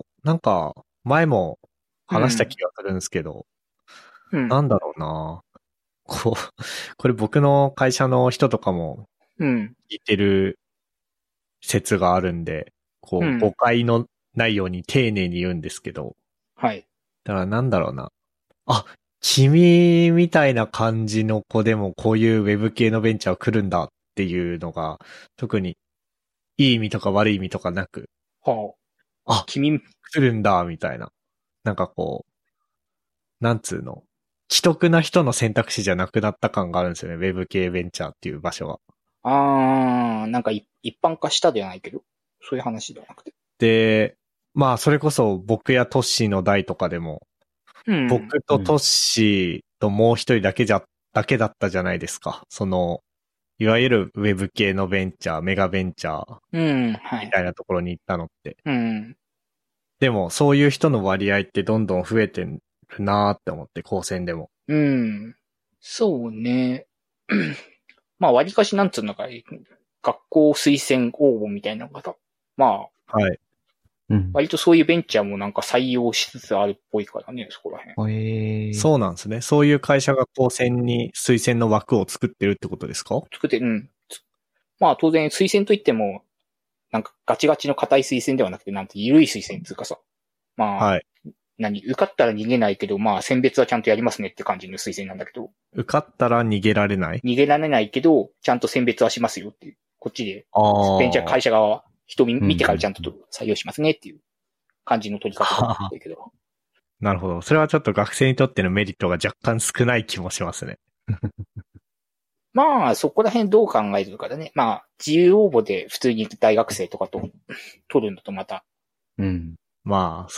なんか、前も話した気がするんですけど、なんだろうな。これ僕の会社の人とかも、聞いてる説があるんで、誤解のないように丁寧に言うんですけど、 はい。 だからなんだろうな。君みたいな感じの子でもこういうウェブ系のベンチャー来るんだっていうのが、特にいい意味とか悪い意味とかなく、君来るんだみたいな。なんかなんつうの。既得な人の選択肢じゃなくなった感があるんですよね。ウェブ系ベンチャーっていう場所は。 なんか一般化したではないけど、そういう話ではなくて。 で、まあそれこそ僕やトッシーの代とかでも、僕とトッシーともう一人だけだったじゃないですか。いわゆるウェブ系のベンチャー、メガベンチャー、みたいなところに行ったのって。でも、そういう人の割合ってどんどん増えてるなーって思って、高専でも。 そうね。まあ、割かしなんつうのか、学校推薦応募みたいな方。まあ、 はい。 割とそういうベンチャーもなんか採用しつつあるっぽいからね、そこら辺。 そうなんですね。そういう会社が高専に推薦の枠を作ってるってことですか？ 作って、まあ当然推薦といっても、なんかガチガチの硬い推薦ではなくて、なんて緩い推薦っていうかさ。まあ、はい。受かったら逃げないけど、まあ選別はちゃんとやりますねって感じの推薦なんだけど。 受かったら逃げられない？ 逃げられないけど、ちゃんと選別はしますよっていう。こっちで、ベンチャー会社側は人見てからちゃんと採用しますねっていう感じの取り方だったけど。 なるほど。それはちょっと学生にとってのメリットが若干少ない気もしますね。 まあ、そこら辺どう考えるかだね。まあ、自由応募で普通に大学生とかと取るのとまた。 まあ、そう。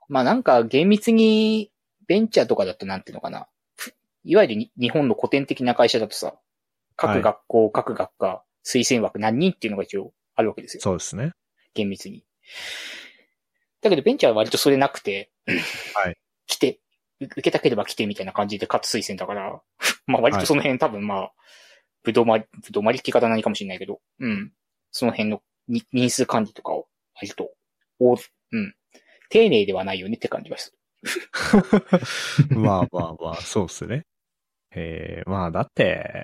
まあなんか厳密にベンチャーとかだとなんていうのかな。いわゆる日本の古典的な会社だとさ、各学校、はい、各学科、推薦枠何人っていうのが一応あるわけですよ。 そうですね。 厳密に。だけどベンチャーは割とそれなくて、 はい。 来て、受けたければ来てみたいな感じでかつ推薦だから、まあ割とその辺、はい、多分まあ、ぶどまりって言い方何かもしれないけど、うん。その辺の人数管理とかを割と、丁寧ではないよねって感じがする。まあまあまあ、そうっすね。まあだって、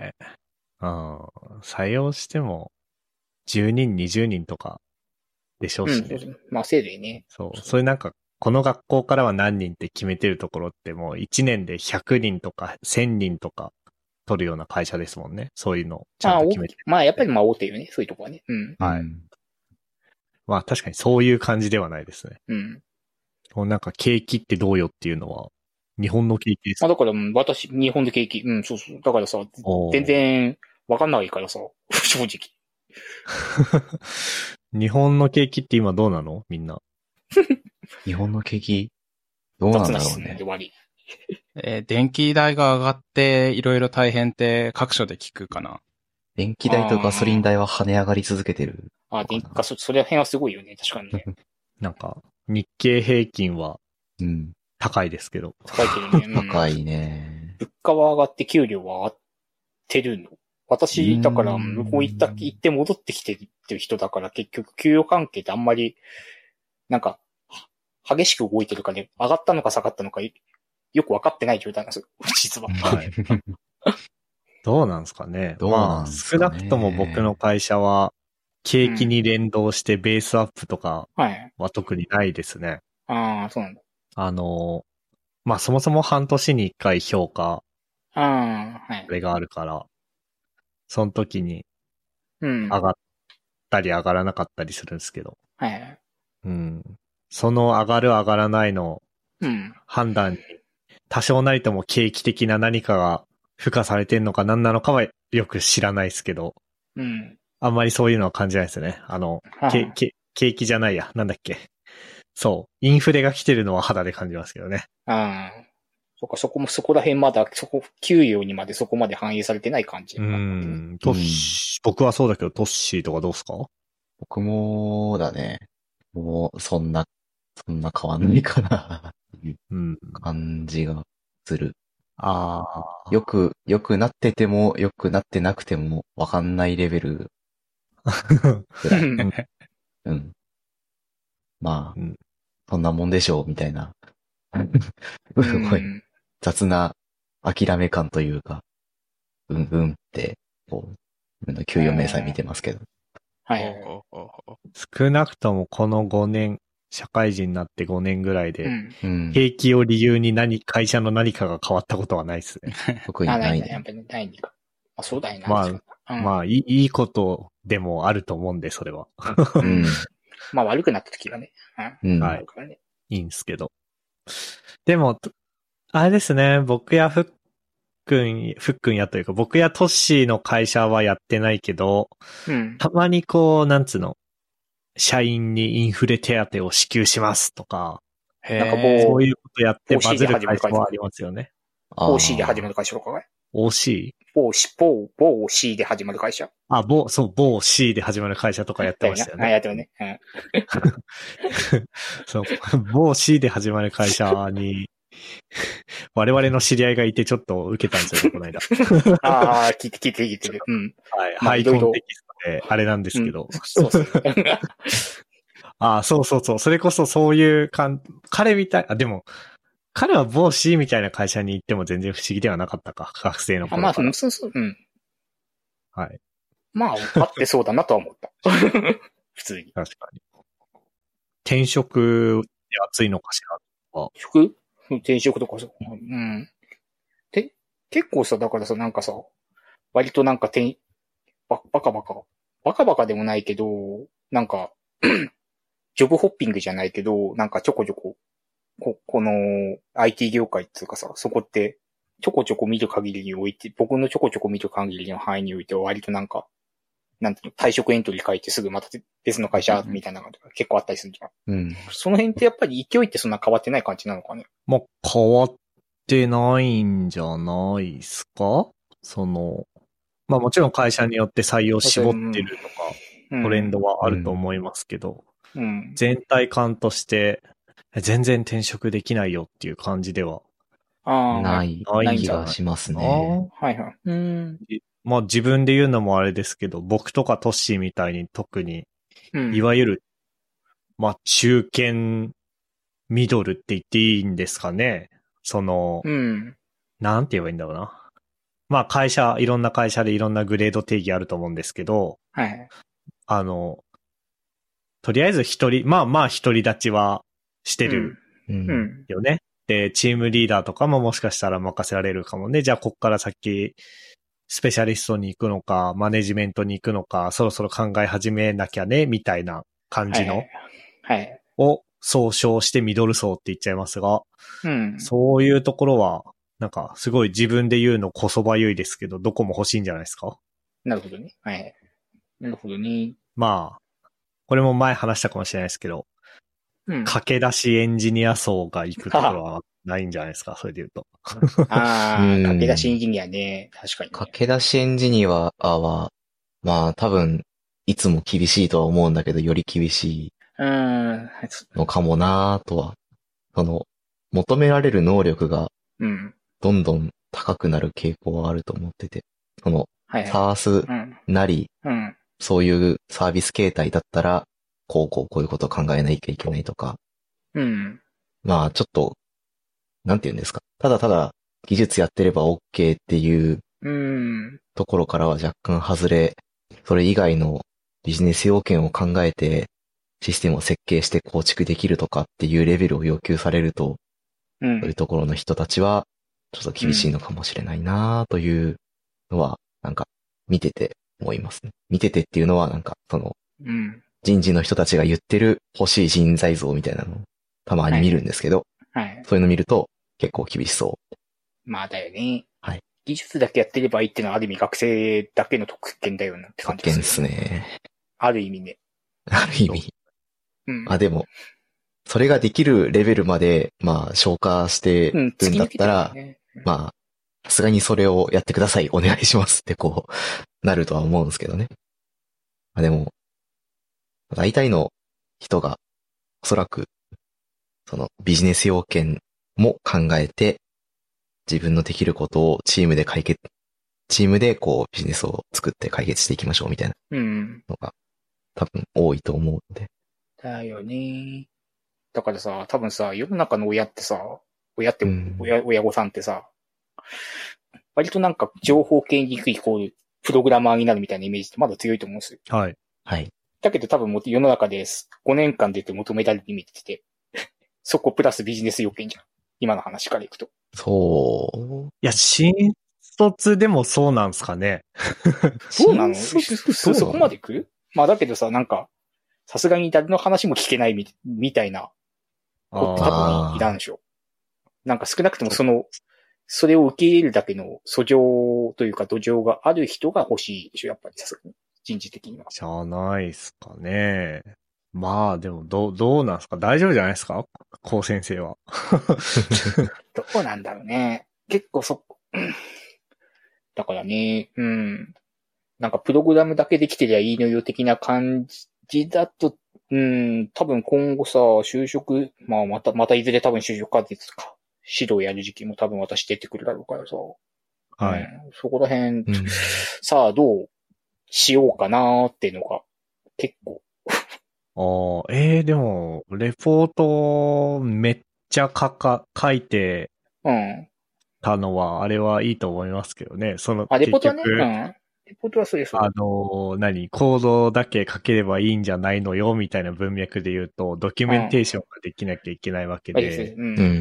採用しても10人、20人とかでしょうしね。 まあせいぜいね。 そう。それなんか、この学校からは何人って決めてるところってもう1年で100人とか1000人とか取るような会社ですもんね。そういうのをちゃんと決めてる。 まあやっぱりまあ大手よね。そういうとこはね。うん。 はい。まあ確かにそういう感じではないですね。 うん。 なんか景気ってどうよっていうのは、日本の景気ですか？ だから日本の景気。うん、そうそう。だからさ、全然わかんないからさ、正直。 日本の景気って今どうなの？みんな。 日本の景気どうなんだろうね。 電気代が上がっていろいろ大変って各所で聞くかな。 電気代とガソリン代は跳ね上がり続けてる。 それ辺はすごいよね、確かにね。 なんか、日経平均は、高いですけど。 高いけどね。 高いね。 物価は上がって給料は上がってるの。私、だから向こう行って戻ってきてるっていう人だから結局給与関係ってあんまり、なんか、激しく動いてるかね、上がったのか下がったのかよく分かってない状態なんですよ、実は。はい。 どうなんですかね。まあ、少なくとも僕の会社は、景気に連動してベースアップとかは特にないですね。 ああ、そうなんだ。 まあそもそも半年に1回評価、 あれがあるから、その時に、上がったり上がらなかったりするんですけど。 はい。 その上がる上がらないの判断に、多少なりとも景気的な何かが付加されてんのか何なのかはよく知らないですけど、あんまりそういうのは感じないですね。景気じゃないや。なんだっけ。そう。インフレが来てるのは肌で感じますけどね。 そこら辺まだ、給与にまでそこまで反映されてない感じ。 僕はそうだけど、トッシーとかどうすか？ 僕もだね。もう、そんな変わんないかな。感じがする。よくなってても、よくなってなくても、わかんないレベルぐらい。まあ、そんなもんでしょう、みたいな。すごい、雑な諦め感というか、って、こう、給与明細見てますけど。 はい。 少なくともこの5年、社会人になって5年ぐらいで、景気を理由に会社の何かが変わったことはないですね。 特にないね。 やっぱりないか。そうだよな。 まあ、いいことでもあると思うんで、それは。 まあ悪くなった時はね。 はい。いいんですけど。でも、あれですね、僕やふっくんやというか、僕やトッシーの会社はやってないけど、たまにこう、なんつうの、社員にインフレ手当を支給しますとか、なんかそういうことやってバズる会社はありますよね。 OC で始まる会社とかね。 OC？ 某 C で始まる会社。 某 C で始まる会社とかやってましたよね。 やってるね。 そう、某 C で始まる会社に、我々の知り合いがいてちょっと受けたんですよ、この間。 聞いてる。 はい。ハイコンテキストで、あれなんですけど。そう。そう。それこそそういう彼みたい、でも、彼は某 C みたいな会社に行っても全然不思議ではなかったか、学生の頃から。 そう。 はい。 まあ、あってそうだなとは思った。普通に。 確かに。転職で熱いのかしら。 転職とかさ。結構さ、だからさ、なんかさ、割となんかバカでもないけど、なんか、ジョブホッピングじゃないけど、なんかちょこちょこ、この IT 業界っていうかさ、そこって、ちょこちょこ見る限りにおいて、僕のちょこちょこ見る限りの範囲においては割となんか、 なんていうの、退職エントリー書いてすぐまた別の会社みたいなのが結構あったりするじゃん。 うん。 その辺ってやっぱり勢いってそんな変わってない感じなのかね。 まあ、変わってないんじゃないですか？まあもちろん会社によって採用絞ってるとか、トレンドはあると思いますけど、 うん、 全体感として全然転職できないよっていう感じではない気がしますね。 はいはい。 まあ自分で言うのもあれですけど、僕とかトッシーみたいに特に、いわゆる、まあ中堅ミドルって言っていいんですかね。なんて言えばいいんだろうな。まあいろんな会社でいろんなグレード定義あると思うんですけど、 はい。 とりあえずまあ独り立ちはしてるよね。で、チームリーダーとかももしかしたら任せられるかもね。じゃあこっから先、スペシャリストに行くのか、マネジメントに行くのか、そろそろ考え始めなきゃね、みたいな感じの、を総称してミドル層って言っちゃいますが、そういうところは、なんかすごい自分で言うのこそばゆいですけど、どこも欲しいんじゃないですか？ なるほどね。はい。なるほどね。 まあ、これも前話したかもしれないですけど、駆け出しエンジニア層が行くところはないんじゃないですか、それで言うと。 駆け出しエンジニアね。確かに、ね。 駆け出しエンジニアは、まあ多分、いつも厳しいとは思うんだけど、より厳しいのかもなとは、求められる能力が、どんどん高くなる傾向はあると思ってて、SaaS なり、そういうサービス形態だったら、こういうことを考えなきゃいけないとか。まあ、ちょっと、なんて言うんですか。ただただ技術やってれば OK っていうところからは若干外れ、それ以外のビジネス要件を考えて、システムを設計して構築できるとかっていうレベルを要求されると、そういうところの人たちは、ちょっと厳しいのかもしれないなというのは、なんか、見てて思いますね。見ててっていうのは、なんか、人事の人たちが言ってる欲しい人材像みたいなのをたまに見るんですけど、そういうの見ると結構厳しそう。 まあだよね。 はい。 技術だけやってればいいっていうのはある意味学生だけの特権だよなって感じです。特権ですね。 ある意味ね。 ある意味。でも、それができるレベルまで、まあ、消化してるんだったら、まあ、さすがにそれをやってください、お願いしますってなるとは思うんですけどね。でも、大体の人が、おそらく、ビジネス要件も考えて、自分のできることをチームでビジネスを作って解決していきましょうみたいなのが、多分多いと思うので。 だよね。だからさ、多分さ、世の中の親ってさ、親御さんってさ、割となんか情報系に行くイコール、プログラマーになるみたいなイメージってまだ強いと思うんですよ。 はい。 はい。 だけど多分世の中で5年間で求められるイメージって、そこプラスビジネス要件じゃん。今の話からいくと。 そう。 いや、新卒でもそうなんすかね。 そうなの？そこまで来る？まあだけどさ、なんか、さすがに誰の話も聞けないみたいな、多分いらんでしょ。なんか少なくともそれを受け入れるだけの素性というか土壌がある人が欲しいでしょ、やっぱりさすがに。人事的には。 じゃないっすかね。まあでもどうなんすか？大丈夫じゃないですか？高先生は。 どうなんだろうね。結構だからね、なんかプログラムだけできてりゃいいのよ的な感じだと、多分今後さ、就職、まあまたいずれ多分就職活動か、指導やる時期も多分私出てくるだろうからさ。 はい。 そこら辺、さあどうしようかなーっていうのが結構。 でも、レポートめっちゃ書いてたのは、あれはいいと思いますけどね。 レポートはね、レポートはそうです。 コードだけ書ければいいんじゃないのよ、みたいな文脈で言うと、ドキュメンテーションができなきゃいけないわけで、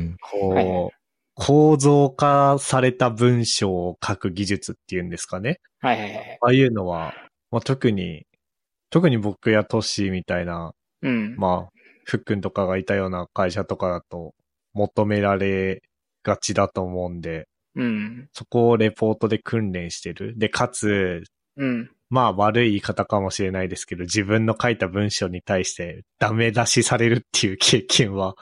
構造化された文章を書く技術っていうんですかね。 はいはいはい。 ああいうのは、まあ、特に僕やトッシーみたいな、まあ、ふっくんとかがいたような会社とかだと求められがちだと思うんで、そこをレポートで訓練してる。で、かつ、 まあ悪い言い方かもしれないですけど、自分の書いた文章に対してダメ出しされるっていう経験は、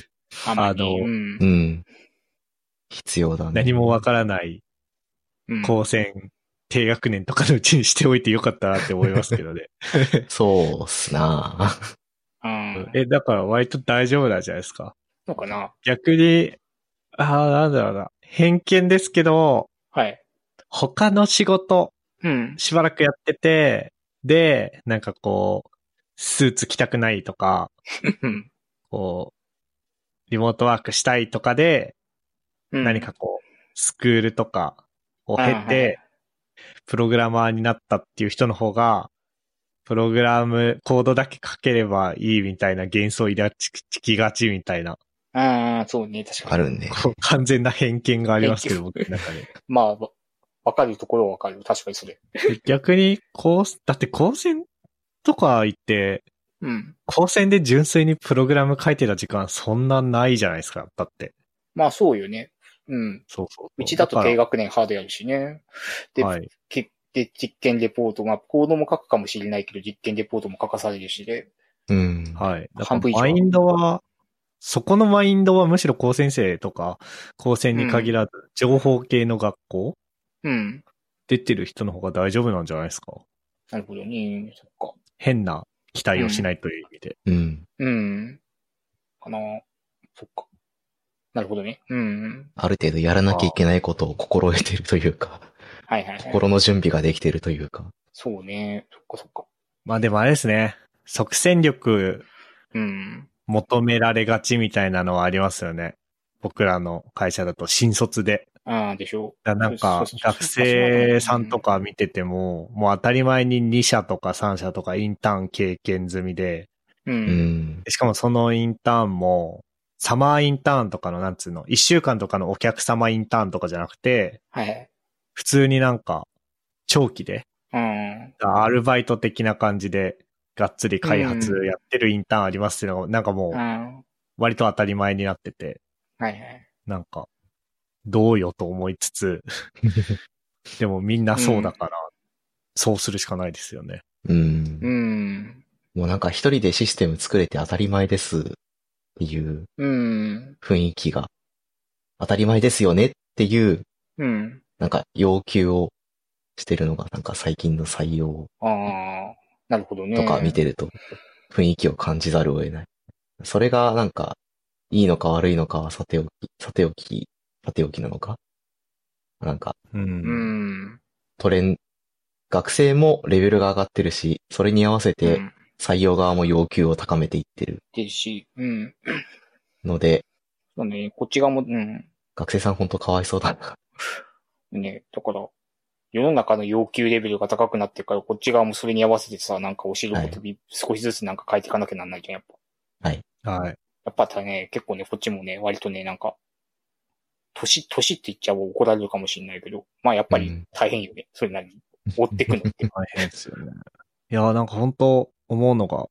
必要だね。 何もわからない高専低学年とかのうちにしておいてよかったなって思いますけどね。 そうっすなだから割と大丈夫なんじゃないですか。 そうかな。 逆に、なんだろうな。偏見ですけど、 はい。 他の仕事、しばらくやってて、で、なんかこう、スーツ着たくないとか、こう、リモートワークしたいとかで、何かこう、スクールとかを経て、プログラマーになったっていう人の方が、プログラム、コードだけ書ければいいみたいな幻想抱きがちみたいな。 そうね、確かに。 あるね。 完全な偏見がありますけど、僕の中で。 まあ、わかるところはわかる。確かにそれ。 逆に、だって高専とか行って、高専で純粋にプログラム書いてた時間そんなないじゃないですか、だって。 まあそうよね。 そう。 うちだと低学年ハードやるしね。で、で、実験レポート、まあ、コードも書くかもしれないけど、実験レポートも書かされるしで。 はい。だからマインドは、そこのマインドはむしろ高専生とか、高専に限らず、情報系の学校出てる人の方が大丈夫なんじゃないですか。 なるほどね。そっか。 変な期待をしないという意味で。 かな。そっか。なるほどね。 ある程度やらなきゃいけないことを心得てるというか。心の準備ができてるというか。 そうね。そっか。 まあでもあれですね。即戦力、求められがちみたいなのはありますよね。僕らの会社だと新卒で。 でしょ。 なんか、学生さんとか見てても、もう当たり前に2社とか3社とかインターン経験済みで、しかもそのインターンも、サマーインターンとかのなんつうの、1週間とかのお客様インターンとかじゃなくて、普通になんか、長期で、アルバイト的な感じで、がっつり開発やってるインターンありますっていうのが、なんかもう、割と当たり前になってて、なんか、どうよと思いつつ、でもみんなそうだから、そうするしかないですよね。 もうなんか一人でシステム作れて当たり前ですっていう雰囲気が、当たり前ですよねっていう、なんか要求をしてるのがなんか最近の採用なるほどね。 とか見てると雰囲気を感じざるを得ない。それがなんかいいのか悪いのかはさておきなのかなんか、学生もレベルが上がってるし、それに合わせて採用側も要求を高めていってる。ので、 そうね、こっち側も、 学生さん本当かわいそうだな。 ね、だから、世の中の要求レベルが高くなってるから、こっち側もそれに合わせてさ、なんか教えること少しずつなんか変えていかなきゃなんないじゃん、やっぱ。はい。 はい。 やっぱね、結構ね、こっちもね、割とね、なんか、年って言っちゃ怒られるかもしれないけど、まあやっぱり大変よね。それなりに。追ってくのって。 大変ですよね。いや、なんか本当思うのが、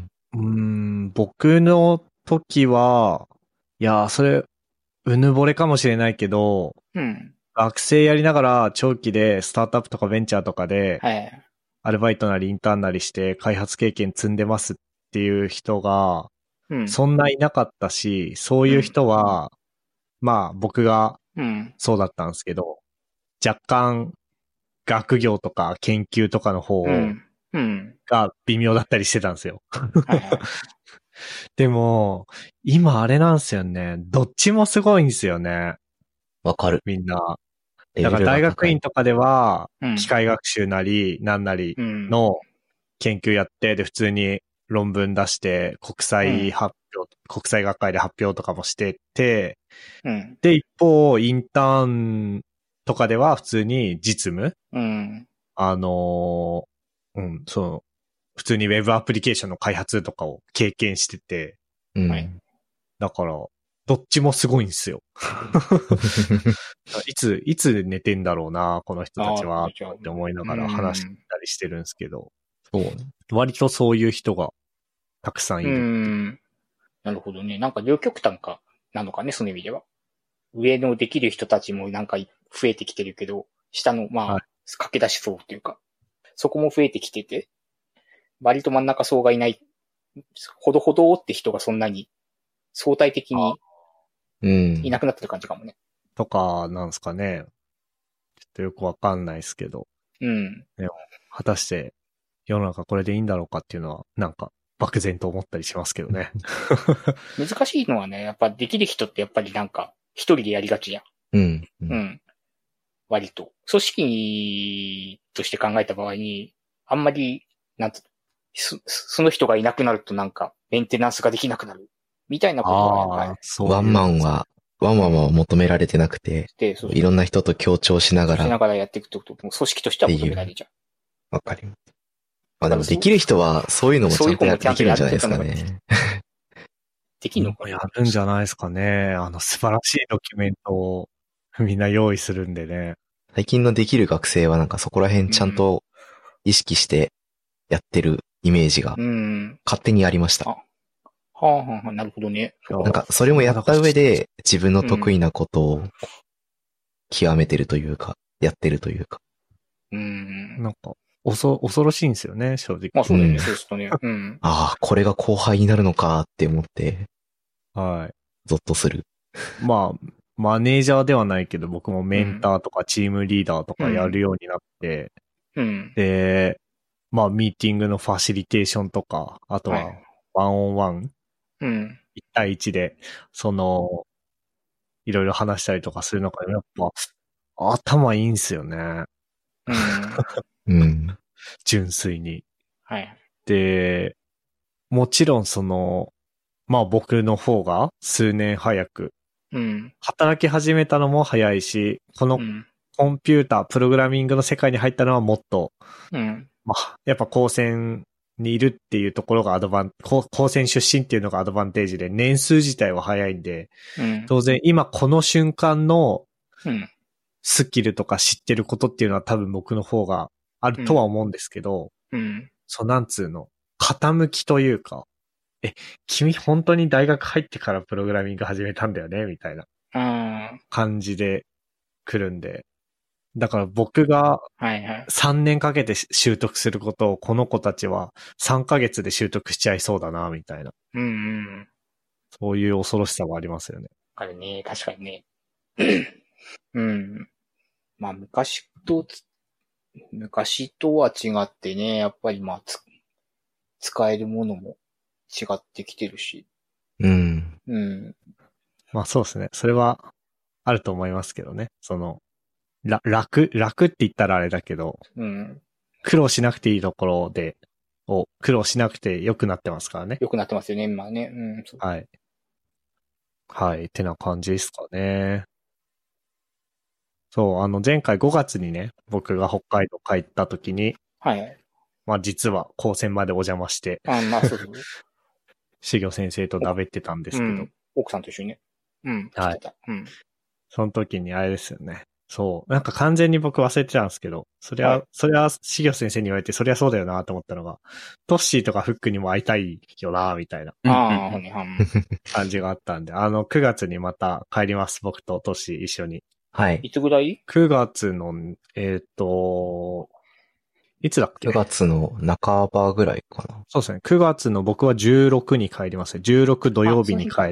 僕の時は、いや、それ、うぬぼれかもしれないけど、学生やりながら長期でスタートアップとかベンチャーとかで、アルバイトなりインターンなりして開発経験積んでますっていう人が、そんないなかったし、そういう人は、まあ僕がそうだったんですけど、若干学業とか研究とかの方が微妙だったりしてたんですよ。でも、今あれなんですよね。どっちもすごいんですよね。 わかる。 みんな。だから大学院とかでは、機械学習なり、なんなりの研究やって、で、普通に論文出して、国際学会で発表とかもしてて、で、一方、インターンとかでは普通に実務、普通にウェブアプリケーションの開発とかを経験してて、だから、どっちもすごいんですよ。いつ寝てんだろうな、この人たちは、って思いながら話したりしてるんですけど、割とそういう人がたくさんいる。 なるほどね。なんか両極端なのかね、その意味では。上のできる人たちもなんか増えてきてるけど、下の、まあ、駆け出しそうっていうか、 そこも増えてきてて、割と真ん中層がいない、ほどほどって人がそんなに相対的にいなくなってる感じかもね。 とか、なんですかね。ちょっとよくわかんないですけど。 うん。 ね、果たして世の中これでいいんだろうかっていうのは、なんか漠然と思ったりしますけどね。 難しいのはね、やっぱできる人ってやっぱりなんか一人でやりがちじゃん。 うん。 うん。割と。組織として考えた場合に、あんまり、なんと、その人がいなくなるとなんか、メンテナンスができなくなる。みたいなことがやっぱり。 ワンマンは求められてなくて、いろんな人と協調しながら。 やっていくと、組織としては求められちゃう。わかります。まあでもできる人はそういうのもちゃんとできるんじゃないですかね。 できるのかやるんじゃないですかね。素晴らしいドキュメントをみんな用意するんでね。 最近のできる学生はなんかそこら辺ちゃんと意識してやってるイメージが勝手にありました。 はあはあ、なるほどね。 なんかそれもやった上で自分の得意なことを極めてるというか、やってるというか。 なんか恐ろしいんですよね、正直。 まあそうだね、そうですとね。うん。 ああ、これが後輩になるのかって思って。 はい。 ゾッとする。 まあ、マネージャーではないけど、僕もメンターとかチームリーダーとかやるようになって、で、まあ、ミーティングのファシリテーションとか、あとは、ワンオンワン、1対1で、いろいろ話したりとかするのが、やっぱ、頭いいんすよね。純粋に。 はい。 で、もちろんまあ僕の方が数年早く、働き始めたのも早いし、このコンピューター、プログラミングの世界に入ったのはもっと、まあ、やっぱ高専にいるっていうところが高専出身っていうのがアドバンテージで、年数自体は早いんで、当然今この瞬間のスキルとか知ってることっていうのは多分僕の方があるとは思うんですけど、なんつうの、傾きというか、君本当に大学入ってからプログラミング始めたんだよねみたいな感じで来るんで。だから僕が3年かけて習得することをこの子たちは3ヶ月で習得しちゃいそうだなみたいな。そういう恐ろしさはありますよね。 あれね、確かにね。まあ昔とは違ってね、やっぱりまあ使えるものも違ってきてるし。 まあそうですね。それはあると思いますけどね。楽って言ったらあれだけど、苦労しなくていいところで、苦労しなくて良くなってますからね。 良くなってますよね、今ね。 はい。はい、ってな感じですかね。そう、前回5月にね、僕が北海道帰った時に、まあ実は高専までお邪魔して、 まあそうそう。 修行先生とだべってたんですけど。 奥さんと一緒にね。 はい。その時にあれですよね。そう。なんか完全に僕忘れてたんですけど、それは、修行先生に言われて、そりゃそうだよなと思ったのが、トッシーとかフックにも会いたいよなみたいな感じがあったんで、9月にまた帰ります、僕とトッシー一緒に。 はい。 いつぐらい ?9 月の、いつだっけ ?9 月の半ばぐらいかな。 そうですね。9月の僕は16に帰ります。16土曜日に帰って。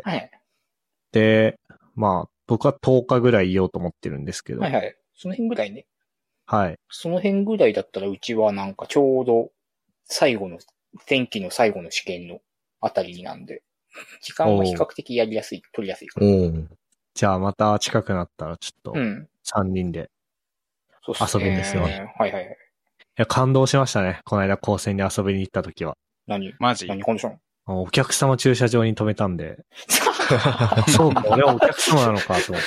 で、まあ、僕は10日ぐらいいようと思ってるんですけど。 その辺ぐらいね。 はい。 その辺ぐらいだったらうちはなんかちょうど天気の最後の試験のあたりになんで、時間は比較的取りやすいかな。 じゃあまた近くなったらちょっと、3人で遊びにですよ。 いや、感動しましたね。この間高専に遊びに行った時は。 マジ何コンディション？ お客様駐車場に止めたんで。そうか、俺はお客様なのかと思って。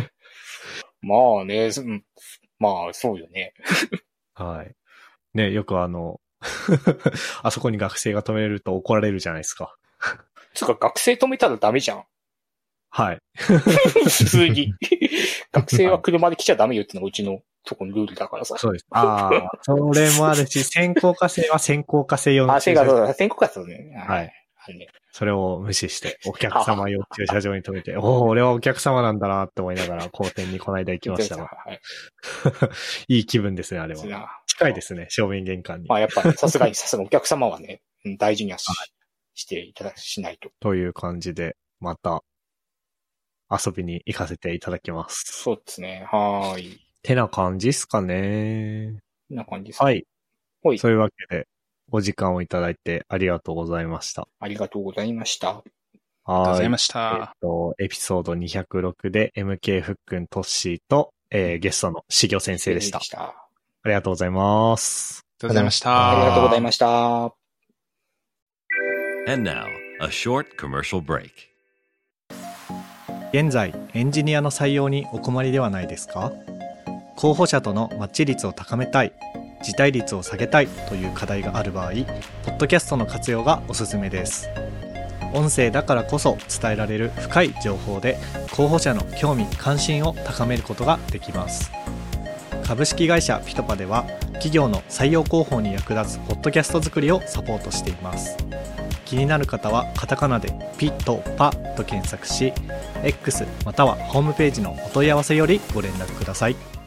まあね、まあそうよね。 はい。ね、よくあそこに学生が止めると怒られるじゃないですか。 つうか学生止めたらダメじゃん。 はい。 普通に。学生は車で来ちゃダメよってのがうちのとこのルールだからさ。 そうです。ああ、それもあるし、先行科生は先行科生用の。 先行科生ね。 はい。 それを無視して、お客様用駐車場に止めて、俺はお客様なんだなって思いながら、公店にこの間行きましたが。はい、いい気分ですね、あれは。近いですね、正面玄関に。 やっぱり、さすがお客様はね、大事にはしていただしないと。 という感じで、また、遊びに行かせていただきます。 そうですね、はい。 てな感じっすかね。 な感じですか。 はい。そういうわけで、お時間をいただいてありがとうございました。 ありがとうございました。 ありがとうございました。 エピソード206で MK ふっくんトッシーと、ゲストのしぎょ先生でした。ありがとうございます。 ありがとうございました。 ありがとうございました。 And now, a short commercial break. 現在、エンジニアの採用にお困りではないですか？候補者とのマッチ率を高めたい、辞退率を下げたいという課題がある場合、ポッドキャストの活用がおすすめです。音声だからこそ伝えられる深い情報で、候補者の興味・関心を高めることができます。株式会社ピトパでは、企業の採用広報に役立つポッドキャスト作りをサポートしています。気になる方はカタカナでピトパと検索し、X またはホームページのお問い合わせよりご連絡ください。